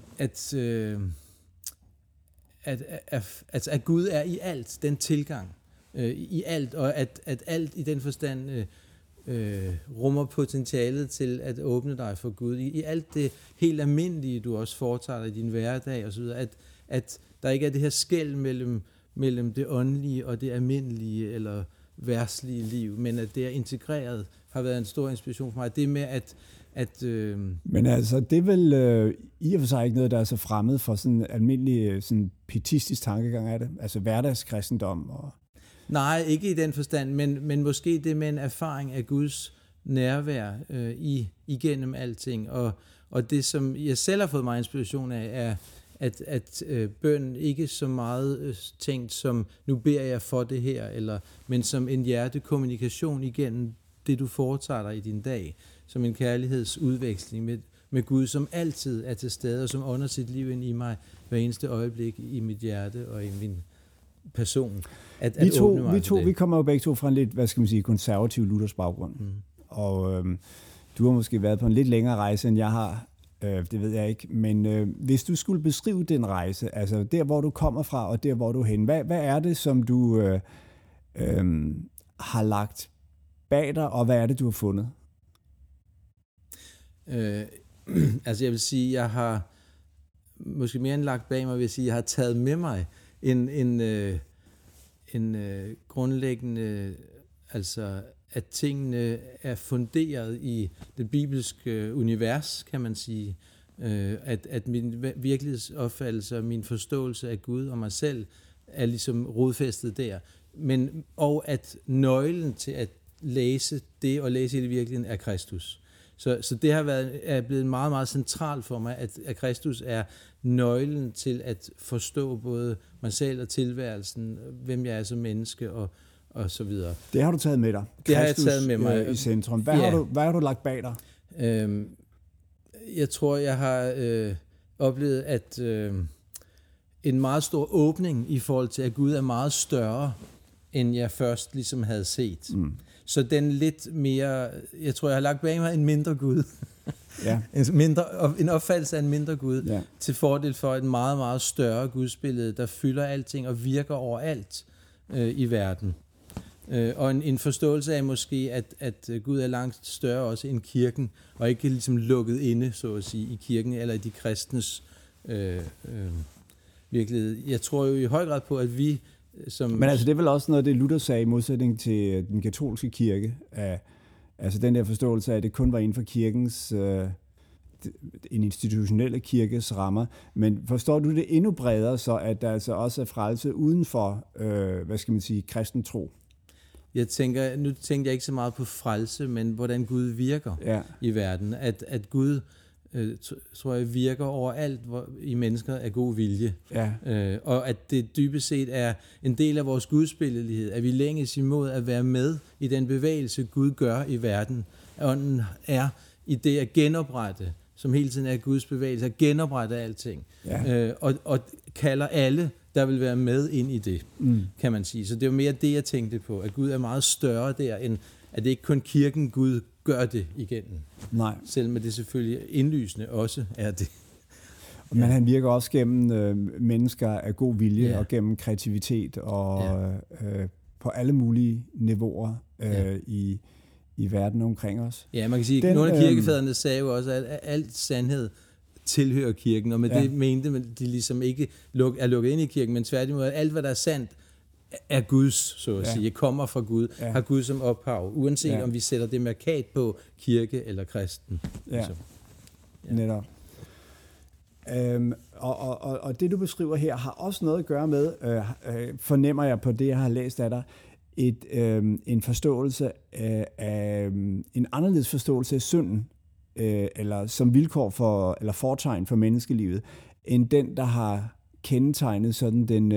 at Gud er i alt, den tilgang, i alt, og at alt i den forstand rummer potentialet til at åbne dig for Gud. I alt det helt almindelige, du også foretager dig i din hverdag osv., at der ikke er det her skel mellem det åndelige og det almindelige eller verdslige liv, men at det er integreret, har været en stor inspiration for mig. Det med
Men altså, det er vel i og for sig ikke noget, der er så fremmed for sådan en almindelig sådan pietistisk tankegang af det? Altså hverdagskristendom og...
Nej, ikke i den forstand, men måske det med en erfaring af Guds nærvær igennem alting. Og det, som jeg selv har fået meget inspiration af, er, at bøn ikke så meget tænkt som, nu beder jeg for det her, men som en hjertekommunikation igennem det, du foretager dig i din dag, som en kærlighedsudveksling med Gud, som altid er til stede, og som ånder sit liv ind i mig hver eneste øjeblik i mit hjerte og i min person.
Vi kommer jo begge to fra en lidt, hvad skal man sige, konservativ luthersk baggrund. Og du har måske været på en lidt længere rejse, end jeg har. Det ved jeg ikke. Men hvis du skulle beskrive den rejse, altså der, hvor du kommer fra, og der, hvor du er henne, hvad er det, som du har lagt bag dig, og hvad er det, du har fundet?
Altså jeg vil sige, jeg har måske mere end lagt bag mig, vil jeg sige, jeg har taget med mig en grundlæggende, altså at tingene er funderet i det bibelske univers, kan man sige. At min virkelighedsopfattelse og min forståelse af Gud og mig selv er ligesom rodfæstet der. Og at nøglen til at læse det og læse i det virkeligheden er Kristus. Så det er blevet meget, meget centralt for mig, at Kristus er nøglen til at forstå både mig selv og tilværelsen, hvem jeg er som menneske, og så videre.
Det har du taget med dig.
Det har jeg taget med mig.
I centrum. Hvad har du lagt bag dig?
Jeg tror, jeg har oplevet, at en meget stor åbning i forhold til, at Gud er meget større, end jeg først ligesom havde set. Så den lidt mere, jeg tror, jeg har lagt bag mig en mindre Gud. Ja. En opfattelse af en mindre Gud, til fordel for et meget, meget større gudsbillede, der fylder alting og virker overalt i verden. Og en forståelse af måske, at Gud er langt større også end kirken, og ikke ligesom lukket inde, så at sige, i kirken eller i de kristnes virkelighed. Jeg tror jo i høj grad på, at vi som...
Men altså, det er vel også noget, det Luther sagde i modsætning til den katolske kirke, altså den der forståelse af, at det kun var inden for kirkens, en institutionelle kirkes rammer. Men forstår du det endnu bredere, så at der altså også er frelse uden for, kristen tro?
Nu tænker jeg ikke så meget på frelse, men hvordan Gud virker i verden. At Gud, tror jeg, virker overalt i mennesker af god vilje. Ja. Og at det dybest set er en del af vores gudsbilledighed, at vi længes imod at være med i den bevægelse, Gud gør i verden. Ånden er i det at genoprette, som hele tiden er Guds bevægelse, at genoprette alting. Ja. Og kalder alle, der vil være med ind i det, kan man sige. Så det er jo mere det, jeg tænkte på, at Gud er meget større der, end at det ikke kun kirken, Gud gør det igennem. Nej. Selvom det selvfølgelig indlysende også er det.
Men han virker også gennem mennesker af god vilje og gennem kreativitet og på alle mulige niveauer i verden omkring os.
Ja, man kan sige, at nogle af kirkefædrene sagde jo også, at alt sandhed tilhører kirken, og med det mente de ligesom ikke er lukket ind i kirken, men tværtimod, at alt, hvad der er sandt, er Guds, så at sige, kommer fra Gud, har Gud som ophav, uanset om vi sætter det mærkat på kirke eller kristen.
Ja, netop. Og det, du beskriver her, har også noget at gøre med, fornemmer jeg på det, jeg har læst af dig, en forståelse af en anderledes forståelse af synden, eller som vilkår for, eller fortegn for menneskelivet, end den, der har kendetegnet sådan den,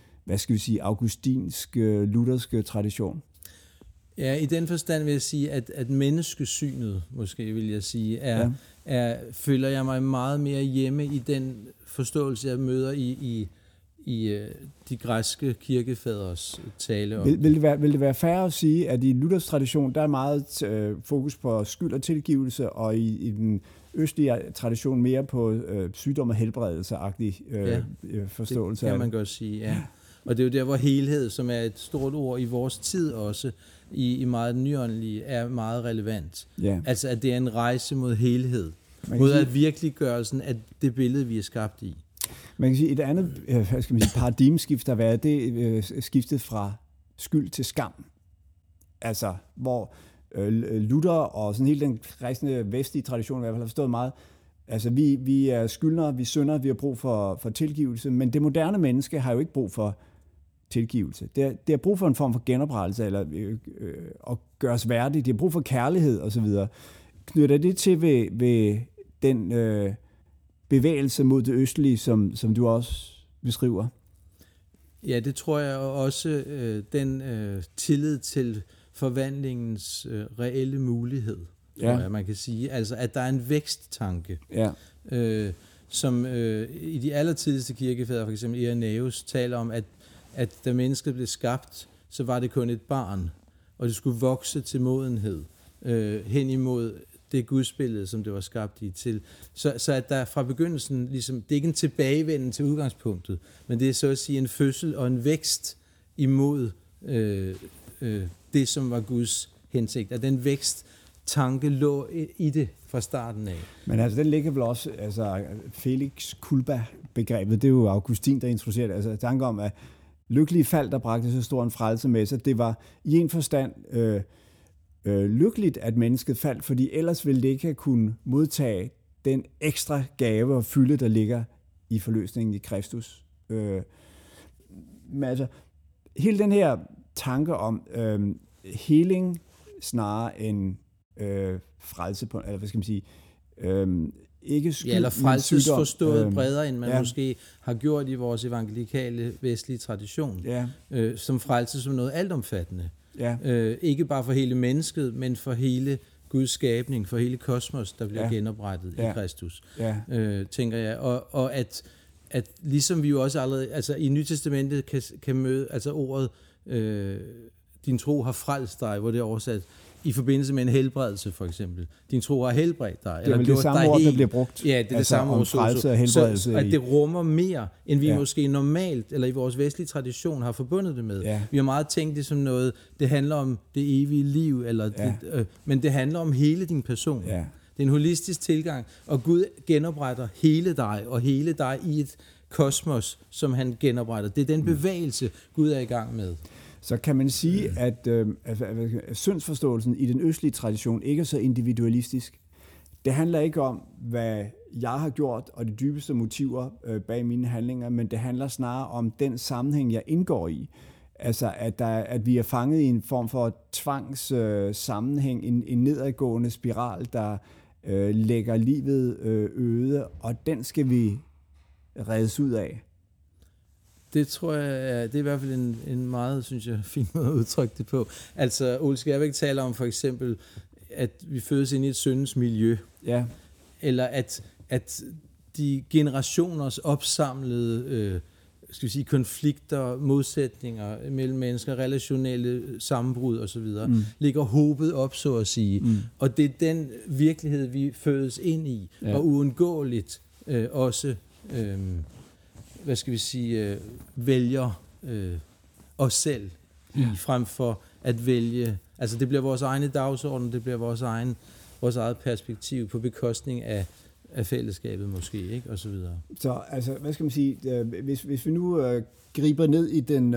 augustinske, lutherske tradition.
Ja, i den forstand vil jeg sige, at menneskesynet, måske vil jeg sige, føler jeg mig meget mere hjemme i den forståelse, jeg møder i de græske kirkefædres tale om.
Vil det være fair at sige, at i Luthers tradition, der er meget fokus på skyld og tilgivelse, og i den østlige tradition mere på sygdom og helbredelse-agtig forståelse?
Det kan man godt sige, ja. Og det er jo der, hvor helhed, som er et stort ord i vores tid også, i meget nyåndelige, er meget relevant. Ja. Altså, at det er en rejse mod helhed. Mod at virkeliggørelsen af det billede, vi er skabt i.
Man kan sige, et andet paradigmeskift, der har været, det er skiftet fra skyld til skam. Altså, hvor Luther og sådan hele den kristne vestlige tradition i hvert fald har forstået meget. Altså, vi er skyldnere, vi synder, vi har brug for tilgivelse, men det moderne menneske har jo ikke brug for tilgivelse. Det har brug for en form for genoprettelse, eller at gøres værdigt. Det har brug for kærlighed osv. Knytter det til ved den bevægelse mod det østlige, som du også beskriver?
Ja, det tror jeg også, den tillid til forvandlingens reelle mulighed, tror jeg, man kan sige. Altså, at der er en væksttanke, som i de allertidligste kirkefædre, for eksempel Irenaeus, taler om, at da mennesket blev skabt, så var det kun et barn, og det skulle vokse til modenhed, hen imod det gudsbillede, som det var skabt i til. Så at der fra begyndelsen, ligesom, det er ikke en tilbagevenden til udgangspunktet, men det er så at sige en fødsel og en vækst imod det, som var Guds hensigt. At den væksttanke lå i det fra starten af. Men
altså, den ligger vel også, altså Felix Culpa-begrebet, det er jo Augustin, der introducerer det. Altså tanke om, at lykkelige fald, der bragte så stor en frelse med sig, det var i en forstand lykkeligt, at mennesket faldt, fordi ellers ville det ikke kunne modtage den ekstra gave og fylde, der ligger i forløsningen i Kristus. Men altså, hele den her tanke om heling snarere end frelse på, eller hvad skal man sige, ikke skyld,
eller frelsesforstået bredere, end man måske har gjort i vores evangelikale vestlige tradition, som frelse som noget altomfattende. Ikke bare for hele mennesket, men for hele Guds skabning, for hele kosmos, der bliver genoprettet i Kristus, tænker jeg. Og at ligesom vi jo også allerede, altså i Nye Testamentet kan møde, altså ordet, din tro har frelst dig, hvor det er oversat, i forbindelse med en helbredelse, for eksempel. Din tro har helbredt dig.
Det er vel det samme ord, der bliver brugt.
Ja, det er det samme ord.
Frelse og helbredelse.
Så at det rummer mere, end vi måske normalt, eller i vores vestlige tradition, har forbundet det med. Vi har meget tænkt det som noget, det handler om det evige liv, eller men det handler om hele din person. Det er en holistisk tilgang, og Gud genopretter hele dig, og hele dig i et kosmos, som han genopretter. Det er den bevægelse, Gud er i gang med.
Så kan man sige, at syndsforståelsen i den østlige tradition ikke er så individualistisk. Det handler ikke om, hvad jeg har gjort, og de dybeste motiver bag mine handlinger, men det handler snarere om den sammenhæng, jeg indgår i. Altså, at vi er fanget i en form for tvangssammenhæng, en nedadgående spiral, der lægger livet øde, og den skal vi reddes ud af.
Det tror jeg, det er i hvert fald en meget, synes jeg, fin måde at udtrykke det på. Altså, Ole Skærbæk taler om for eksempel, at vi fødes ind i et syndens miljø. Eller at de generationers opsamlede skal vi sige, konflikter, modsætninger mellem mennesker, relationelle sammenbrud osv., ligger hobet op, så at sige. Og det er den virkelighed, vi fødes ind i, og uundgåeligt også hvad skal vi sige, vælger os selv frem for at vælge. Altså det bliver vores egne dagsorden, det bliver vores eget perspektiv på bekostning af fællesskabet måske, ikke, og så videre.
Så altså, hvad skal man sige, hvis vi nu griber ned i den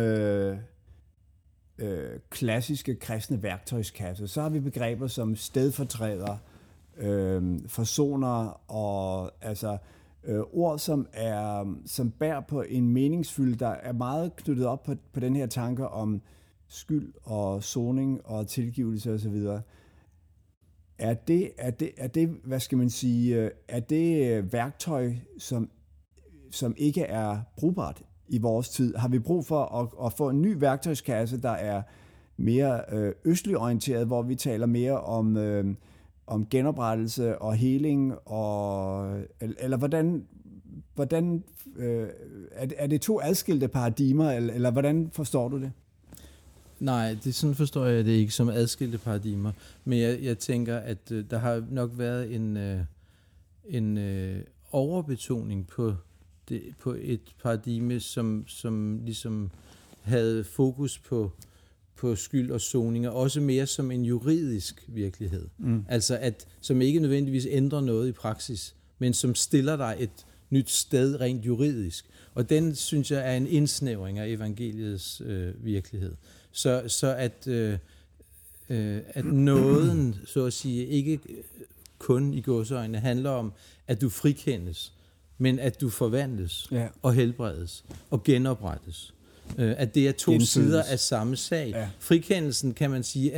klassiske kristne værktøjskasse, så har vi begreber som stedfortræder, forsoner og altså ord, som bærer på en meningsfylde, der er meget knyttet op på den her tanke om skyld og soning og tilgivelse osv. Er det, hvad skal man sige, er det værktøj, som ikke er brugbart i vores tid? Har vi brug for at få en ny værktøjskasse, der er mere østlig orienteret, hvor vi taler mere om genoprettelse og heling, eller hvordan er det to adskilte paradigmer, eller hvordan forstår du det?
Nej, sådan forstår jeg det ikke som adskilte paradigmer, men jeg tænker, at der har nok været en overbetoning på et paradigme, som ligesom havde fokus på skyld og soning, og også mere som en juridisk virkelighed. Altså som ikke nødvendigvis ændrer noget i praksis, men som stiller dig et nyt sted rent juridisk. Og den, synes jeg, er en indsnævring af evangeliets virkelighed. Så at nåden, så at sige, ikke kun i gåseøjne handler om, at du frikendes, men at du forvandles og helbredes og genoprettes. At det er to sider af samme sag. Frikendelsen, kan man sige,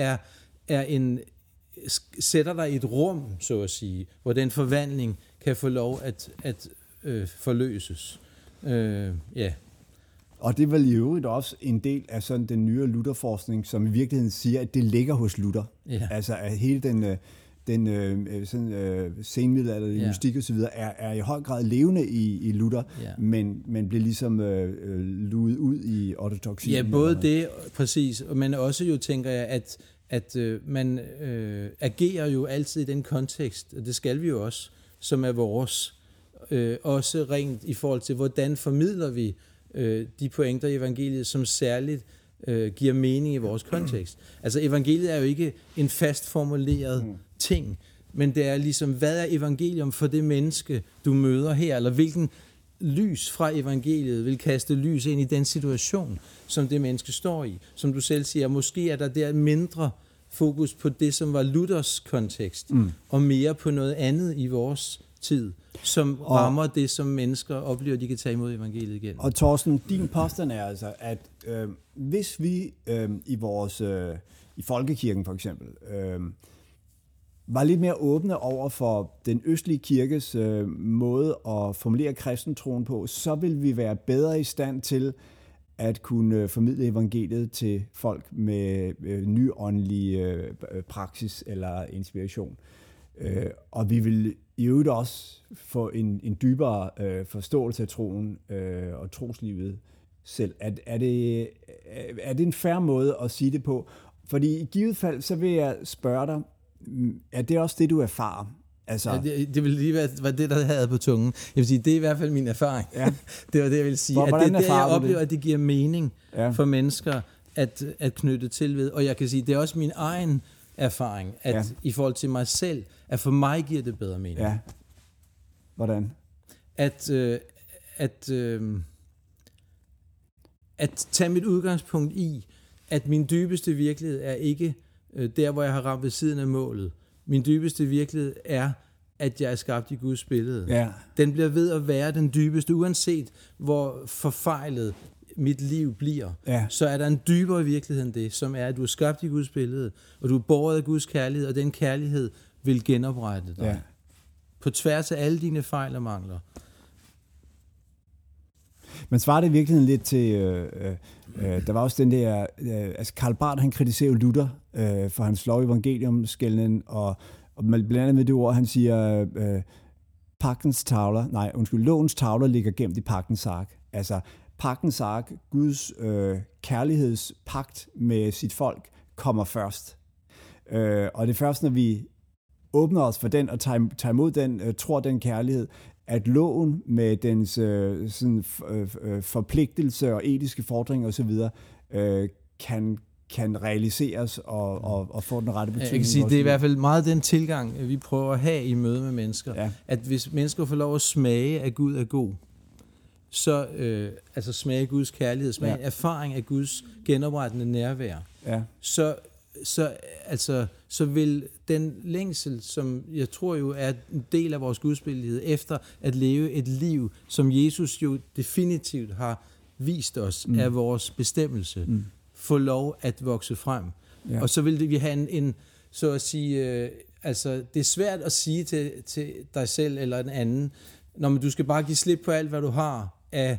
sætter dig i et rum, så at sige, hvor den forvandling kan få lov at forløses.
Og det er vel i øvrigt også en del af sådan den nye Lutherforskning, som i virkeligheden siger, at det ligger hos Luther. Altså at hele den senmiddelalderlige mystik og så videre er i høj grad levende i Luther, men bliver ligesom luet ud i ortodoksien.
Ja, både det, præcis, men også jo tænker jeg, at man agerer jo altid i den kontekst, og det skal vi jo også, som er vores, også rent i forhold til, hvordan formidler vi de pointer i evangeliet, som særligt giver mening i vores kontekst. Altså evangeliet er jo ikke en fast formuleret ting, men det er ligesom, hvad er evangelium for det menneske, du møder her, eller hvilken lys fra evangeliet vil kaste lys ind i den situation, som det menneske står i. Som du selv siger, måske er der mindre fokus på det, som var Luthers kontekst, og mere på noget andet i vores tid, som rammer det, som mennesker oplever, de kan tage imod evangeliet igen.
Og Thorsten, din påstand er altså, at hvis vi i folkekirken for eksempel var lidt mere åbne over for den østlige kirkes måde at formulere kristentroen på, så vil vi være bedre i stand til at kunne formidle evangeliet til folk med nyåndelig praksis eller inspiration. Og vi vil i øvrigt også få en dybere forståelse af troen og troslivet selv. Er det en fair måde at sige det på? Fordi i givet fald, så vil jeg spørge dig, er det også det, du erfarer? Altså,
ja, det vil lige være det, der havde på tungen. Jeg vil sige, det er i hvert fald min erfaring. Ja. Det var det, jeg vil sige. At det er det, jeg oplever, at det giver mening for mennesker at knytte til ved. Og jeg kan sige, det er også min egen erfaring, at i forhold til mig selv, at for mig giver det bedre mening.
Ja. Hvordan?
At tage mit udgangspunkt i, at min dybeste virkelighed er ikke der, hvor jeg har ramt ved siden af målet. Min dybeste virkelighed er, at jeg er skabt i Guds billede. Ja. Den bliver ved at være den dybeste, uanset hvor forfejlet mit liv bliver. Ja. Så er der en dybere virkelighed end det, som er, at du er skabt i Guds billede, og du er båret af Guds kærlighed, og den kærlighed vil genoprette dig. Ja. På tværs af alle dine fejl og mangler.
Man svarer det i virkeligheden lidt til, der var også den der, altså Karl Barth, han kritiserer jo Luther for hans lov evangelium-skælden, og blandt andet med det ord, han siger, lovens tavler ligger gemt i pagtens ark. Altså, pagtens ark, Guds kærlighedspagt med sit folk, kommer først. Og det er først, når vi åbner os for den og tager imod den, tror den kærlighed, at loven med dens forpligtelse og etiske fordringer osv. Kan realiseres og få den rette betydning.
Jeg kan sige, det er i hvert fald meget den tilgang, vi prøver at have i møde med mennesker. Ja. At hvis mennesker får lov at smage, at Gud er god, så altså smage Guds kærlighed, smage erfaring af Guds genoprettende nærvær, så vil den længsel, som jeg tror jo er en del af vores gudsbillede, efter at leve et liv, som Jesus jo definitivt har vist os, er vores bestemmelse, få lov at vokse frem. Ja. Og så vil vi have en så at sige, altså det er svært at sige til dig selv eller en anden, når du skal bare give slip på alt, hvad du har af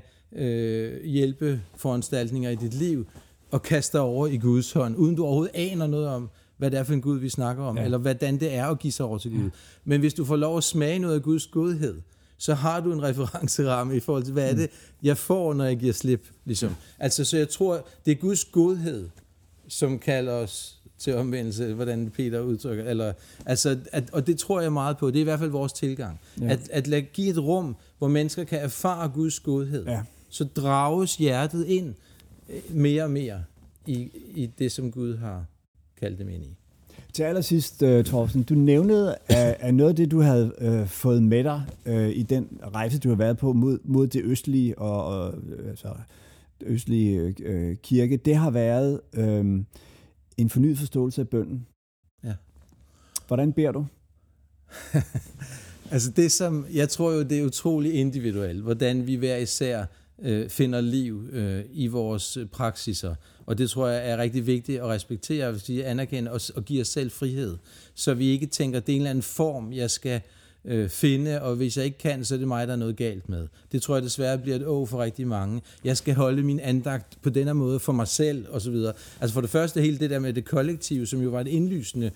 hjælpeforanstaltninger i dit liv, og kaste dig over i Guds hånd, uden du overhovedet aner noget om, hvad det er for en Gud, vi snakker om, eller hvordan det er at give sig over til Gud. Men hvis du får lov at smage noget af Guds godhed, så har du en referenceramme i forhold til, hvad er det, jeg får, når jeg giver slip. Ligesom. Altså, så jeg tror, det er Guds godhed, som kalder os til omvendelse, hvordan Peter udtrykker. Og det tror jeg meget på. Det er i hvert fald vores tilgang. Ja. At give et rum, hvor mennesker kan erfare Guds godhed. Ja. Så drages hjertet ind mere og mere i det, som Gud har kaldt dem ind i.
Til allersidst, Torsten, du nævnede, at noget af det, du havde fået med dig i den rejse, du har været på mod det østlige og østlige kirke, det har været en fornyet forståelse af bønnen. Ja. Hvordan beder du?
Altså det som, jeg tror jo, det er utroligt individuelt, hvordan vi hver især finder liv i vores praksiser. Og det tror jeg er rigtig vigtigt at respektere, hvis vi anerkender og give os selv frihed. Så vi ikke tænker, det er en eller anden form, jeg skal finde, og hvis jeg ikke kan, så er det mig, der er noget galt med. Det tror jeg desværre bliver et for rigtig mange. Jeg skal holde min andagt på den her måde for mig selv, og så videre. Altså for det første, hele det der med det kollektive, som jo var et indlysende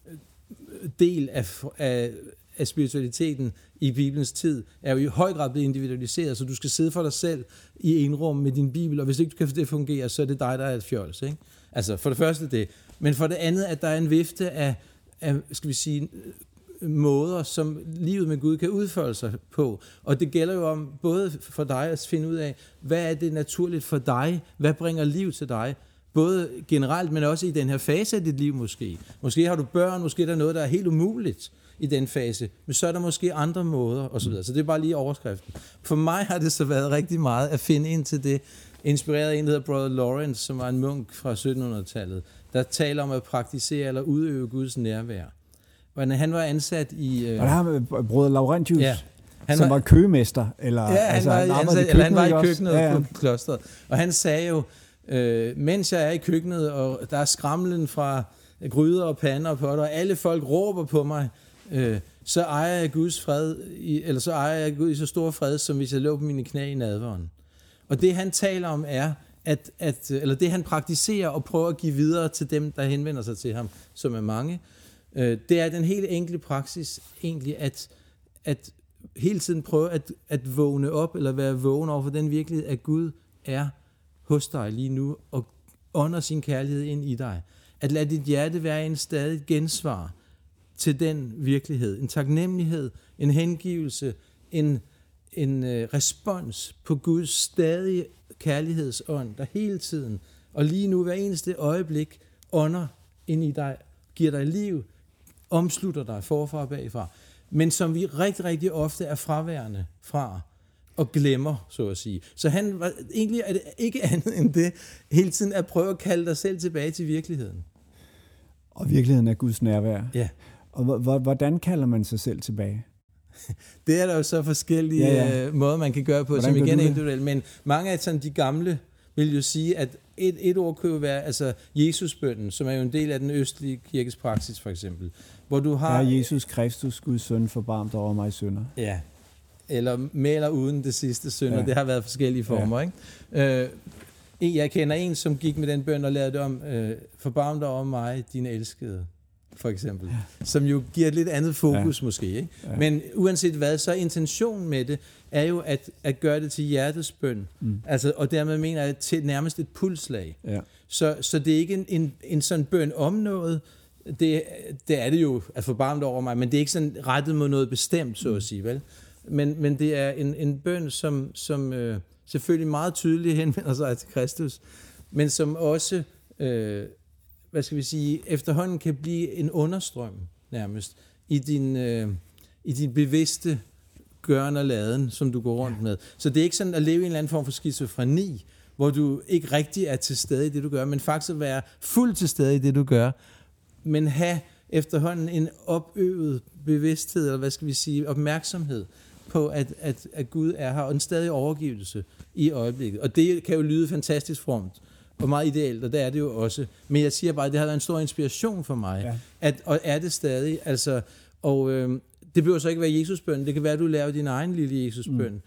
del af spiritualiteten i Bibelens tid, er jo i høj grad blevet individualiseret, så du skal sidde for dig selv i en rum med din Bibel, og hvis ikke du kan få det at fungere, så er det dig, der er et fjols. Ikke? Altså for det første det. Men for det andet, at der er en vifte af skal vi sige, måder, som livet med Gud kan udfolde sig på. Og det gælder jo om både for dig at finde ud af, hvad er det naturligt for dig? Hvad bringer liv til dig? Både generelt, men også i den her fase af dit liv måske. Måske har du børn, måske er der noget, der er helt umuligt i den fase, men så er der måske andre måder, og så videre. Så det er bare lige overskriften. For mig har det så været rigtig meget at finde ind til det, inspireret af en, der hedder Brother Lawrence, som var en munk fra 1700-tallet, der taler om at praktisere eller udøve Guds nærvær. Han var ansat i...
Og der har Brother Laurentius, som var køgemester, eller...
Ja, han var i køkkenet på klosteret. Og han sagde jo, mens jeg er i køkkenet, og der er skramlen fra gryder og pander og potter, og alle folk råber på mig, så ejer jeg Guds fred, eller så ejer jeg Gud i så stor fred, som hvis jeg lå på mine knæ i nadveren. Og det han taler om er, eller det han praktiserer og prøver at give videre til dem, der henvender sig til ham, som er mange, det er den helt enkle praksis egentlig, at hele tiden prøve at vågne op, eller være vågen over for den virkelighed, at Gud er hos dig lige nu, og ånder sin kærlighed ind i dig. At lade dit hjerte være en stadig gensvar til den virkelighed. En taknemmelighed, en hengivelse, en respons på Guds stadige kærlighedsånd, der hele tiden, og lige nu hver eneste øjeblik, ånder ind i dig, giver dig liv, omslutter dig forfra og bagfra, men som vi rigtig, rigtig ofte er fraværende fra, og glemmer, så at sige. Så han var egentlig er det ikke andet end det, hele tiden at prøve at kalde dig selv tilbage til virkeligheden.
Og virkeligheden er Guds nærvær.
Ja.
Og hvordan kalder man sig selv tilbage?
Det er der jo så forskellige måder, man kan gøre på, hvordan som igen er individuelt. Men mange af sådan de gamle vil jo sige, at et ord kunne jo være altså Jesusbønnen, som er jo en del af den østlige kirkes praksis, for eksempel. Hvor du har...
Ja, Jesus Kristus, Guds søn, forbarm dig over mig synder.
Ja, eller med eller uden det sidste synder. Det har været forskellige former, ikke? Jeg kender en, som gik med den bøn og lavede det om, forbarm dig over mig, dine elskede, for eksempel. Ja. Som jo giver et lidt andet fokus måske, ikke? Ja. Men uanset hvad, så intentionen med det er jo at gøre det til hjertets bøn. Altså, og dermed mener jeg til nærmest et pulslag. Ja. Så det er ikke en sådan bøn om noget. Det er det jo, at forbarme dig over mig, men det er ikke sådan rettet mod noget bestemt, så at sige, vel? Men det er en bøn, som selvfølgelig meget tydeligt henvender sig til Kristus, men som også, hvad skal vi sige, efterhånden kan blive en understrøm nærmest i din bevidste gøren og laden, som du går rundt med. Så det er ikke sådan at leve i en eller anden form for skizofreni, hvor du ikke rigtig er til stede i det, du gør, men faktisk at være fuldt til stede i det, du gør, men have efterhånden en opøvet bevidsthed, eller hvad skal vi sige, opmærksomhed på, at Gud er her, og en stadig overgivelse i øjeblikket. Og det kan jo lyde fantastisk fromt, og meget ideelt, og det er det jo også. Men jeg siger bare, at det har været en stor inspiration for mig, og er det stadig. Altså, og det behøver så ikke være Jesusbøn, det kan være, at du laver din egen lille Jesusbøn.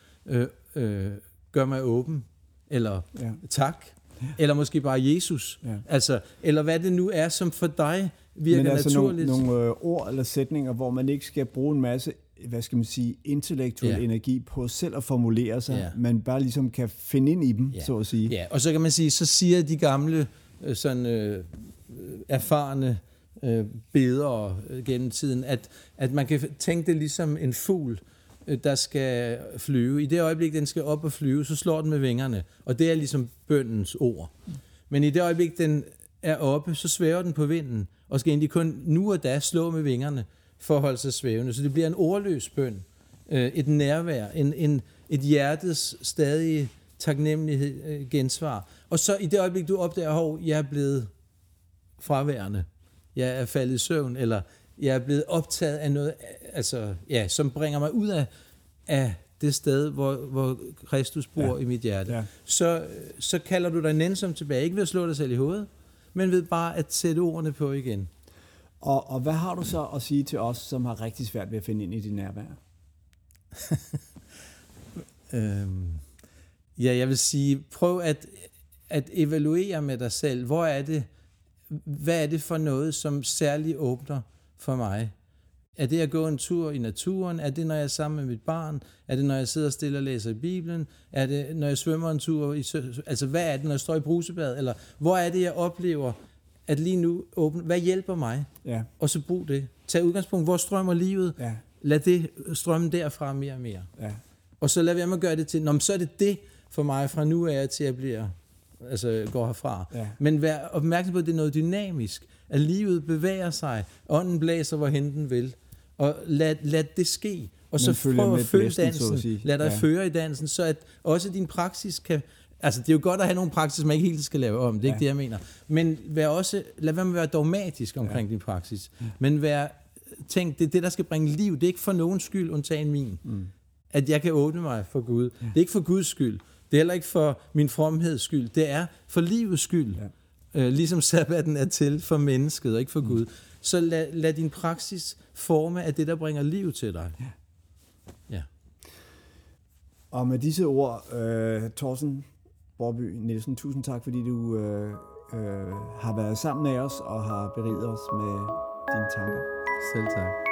Gør mig åben, eller tak, eller måske bare Jesus. Ja. Altså, eller hvad det nu er, som for dig virker naturligt. Men altså nogle
ord eller sætninger, hvor man ikke skal bruge en masse, hvad skal man sige, intellektuel energi på selv at formulere sig, man bare ligesom kan finde ind i dem, så at sige.
Ja, og så kan man sige, så siger de gamle, sådan erfarne bedere gennem tiden, at man kan tænke det ligesom en fugl, der skal flyve. I det øjeblik, den skal op og flyve, så slår den med vingerne, og det er ligesom bønnens ord. Men i det øjeblik, den er oppe, så svæver den på vinden, og skal egentlig kun nu og da slå med vingerne, for at holde sig svævende. Så det bliver en ordløs bøn, et nærvær, et hjertets stadige taknemmelighed, gensvar. Og så i det øjeblik, du opdager, at jeg er blevet fraværende, jeg er faldet i søvn, eller jeg er blevet optaget af noget, altså, som bringer mig ud af det sted, hvor Kristus bor i mit hjerte. Ja. Så kalder du dig nænsom tilbage, ikke ved at slå dig selv i hovedet, men ved bare at sætte ordene på igen.
Og hvad har du så at sige til os, som har rigtig svært ved at finde ind i dit nærvær?
Jeg vil sige, prøv at evaluere med dig selv. Hvad er det for noget, som særligt åbner for mig? Er det at gå en tur i naturen? Er det, når jeg er sammen med mit barn? Er det, når jeg sidder stille og læser i Bibelen? Er det, når jeg svømmer en tur? Altså, hvad er det, når jeg står i brusebad? Eller hvor er det, jeg oplever, at lige nu åbne? Hvad hjælper mig? Ja. Og så brug det. Tag udgangspunkt, hvor strømmer livet? Ja. Lad det strømme derfra mere og mere. Ja. Og så lad være med at gøre det til, så er det for mig fra nu af til at går herfra. Ja. Men vær opmærksom på, at det er noget dynamisk. At livet bevæger sig. Ånden blæser, hvorhen den vil. Og lad det ske. Og så prøv at følge dansen. Lad dig føre i dansen, så at også din praksis kan... Altså, det er jo godt at have nogle praksis, man ikke helt skal lave om. Det er ikke det, jeg mener. Men lad være med at være dogmatisk omkring din praksis. Men tænk, det er det, der skal bringe liv. Det er ikke for nogens skyld, undtagen min. At jeg kan åbne mig for Gud. Det er ikke for Guds skyld. Det er heller ikke for min fromheds skyld. Det er for livets skyld. ligesom sabbaten er til for mennesket og ikke for Gud, så lad din praksis forme af det, der bringer liv til dig. Ja.
Og med disse ord, Thorsten Borby Nielsen, tusind tak, fordi du har været sammen med os og har beriget os med dine tanker.
Selv tak.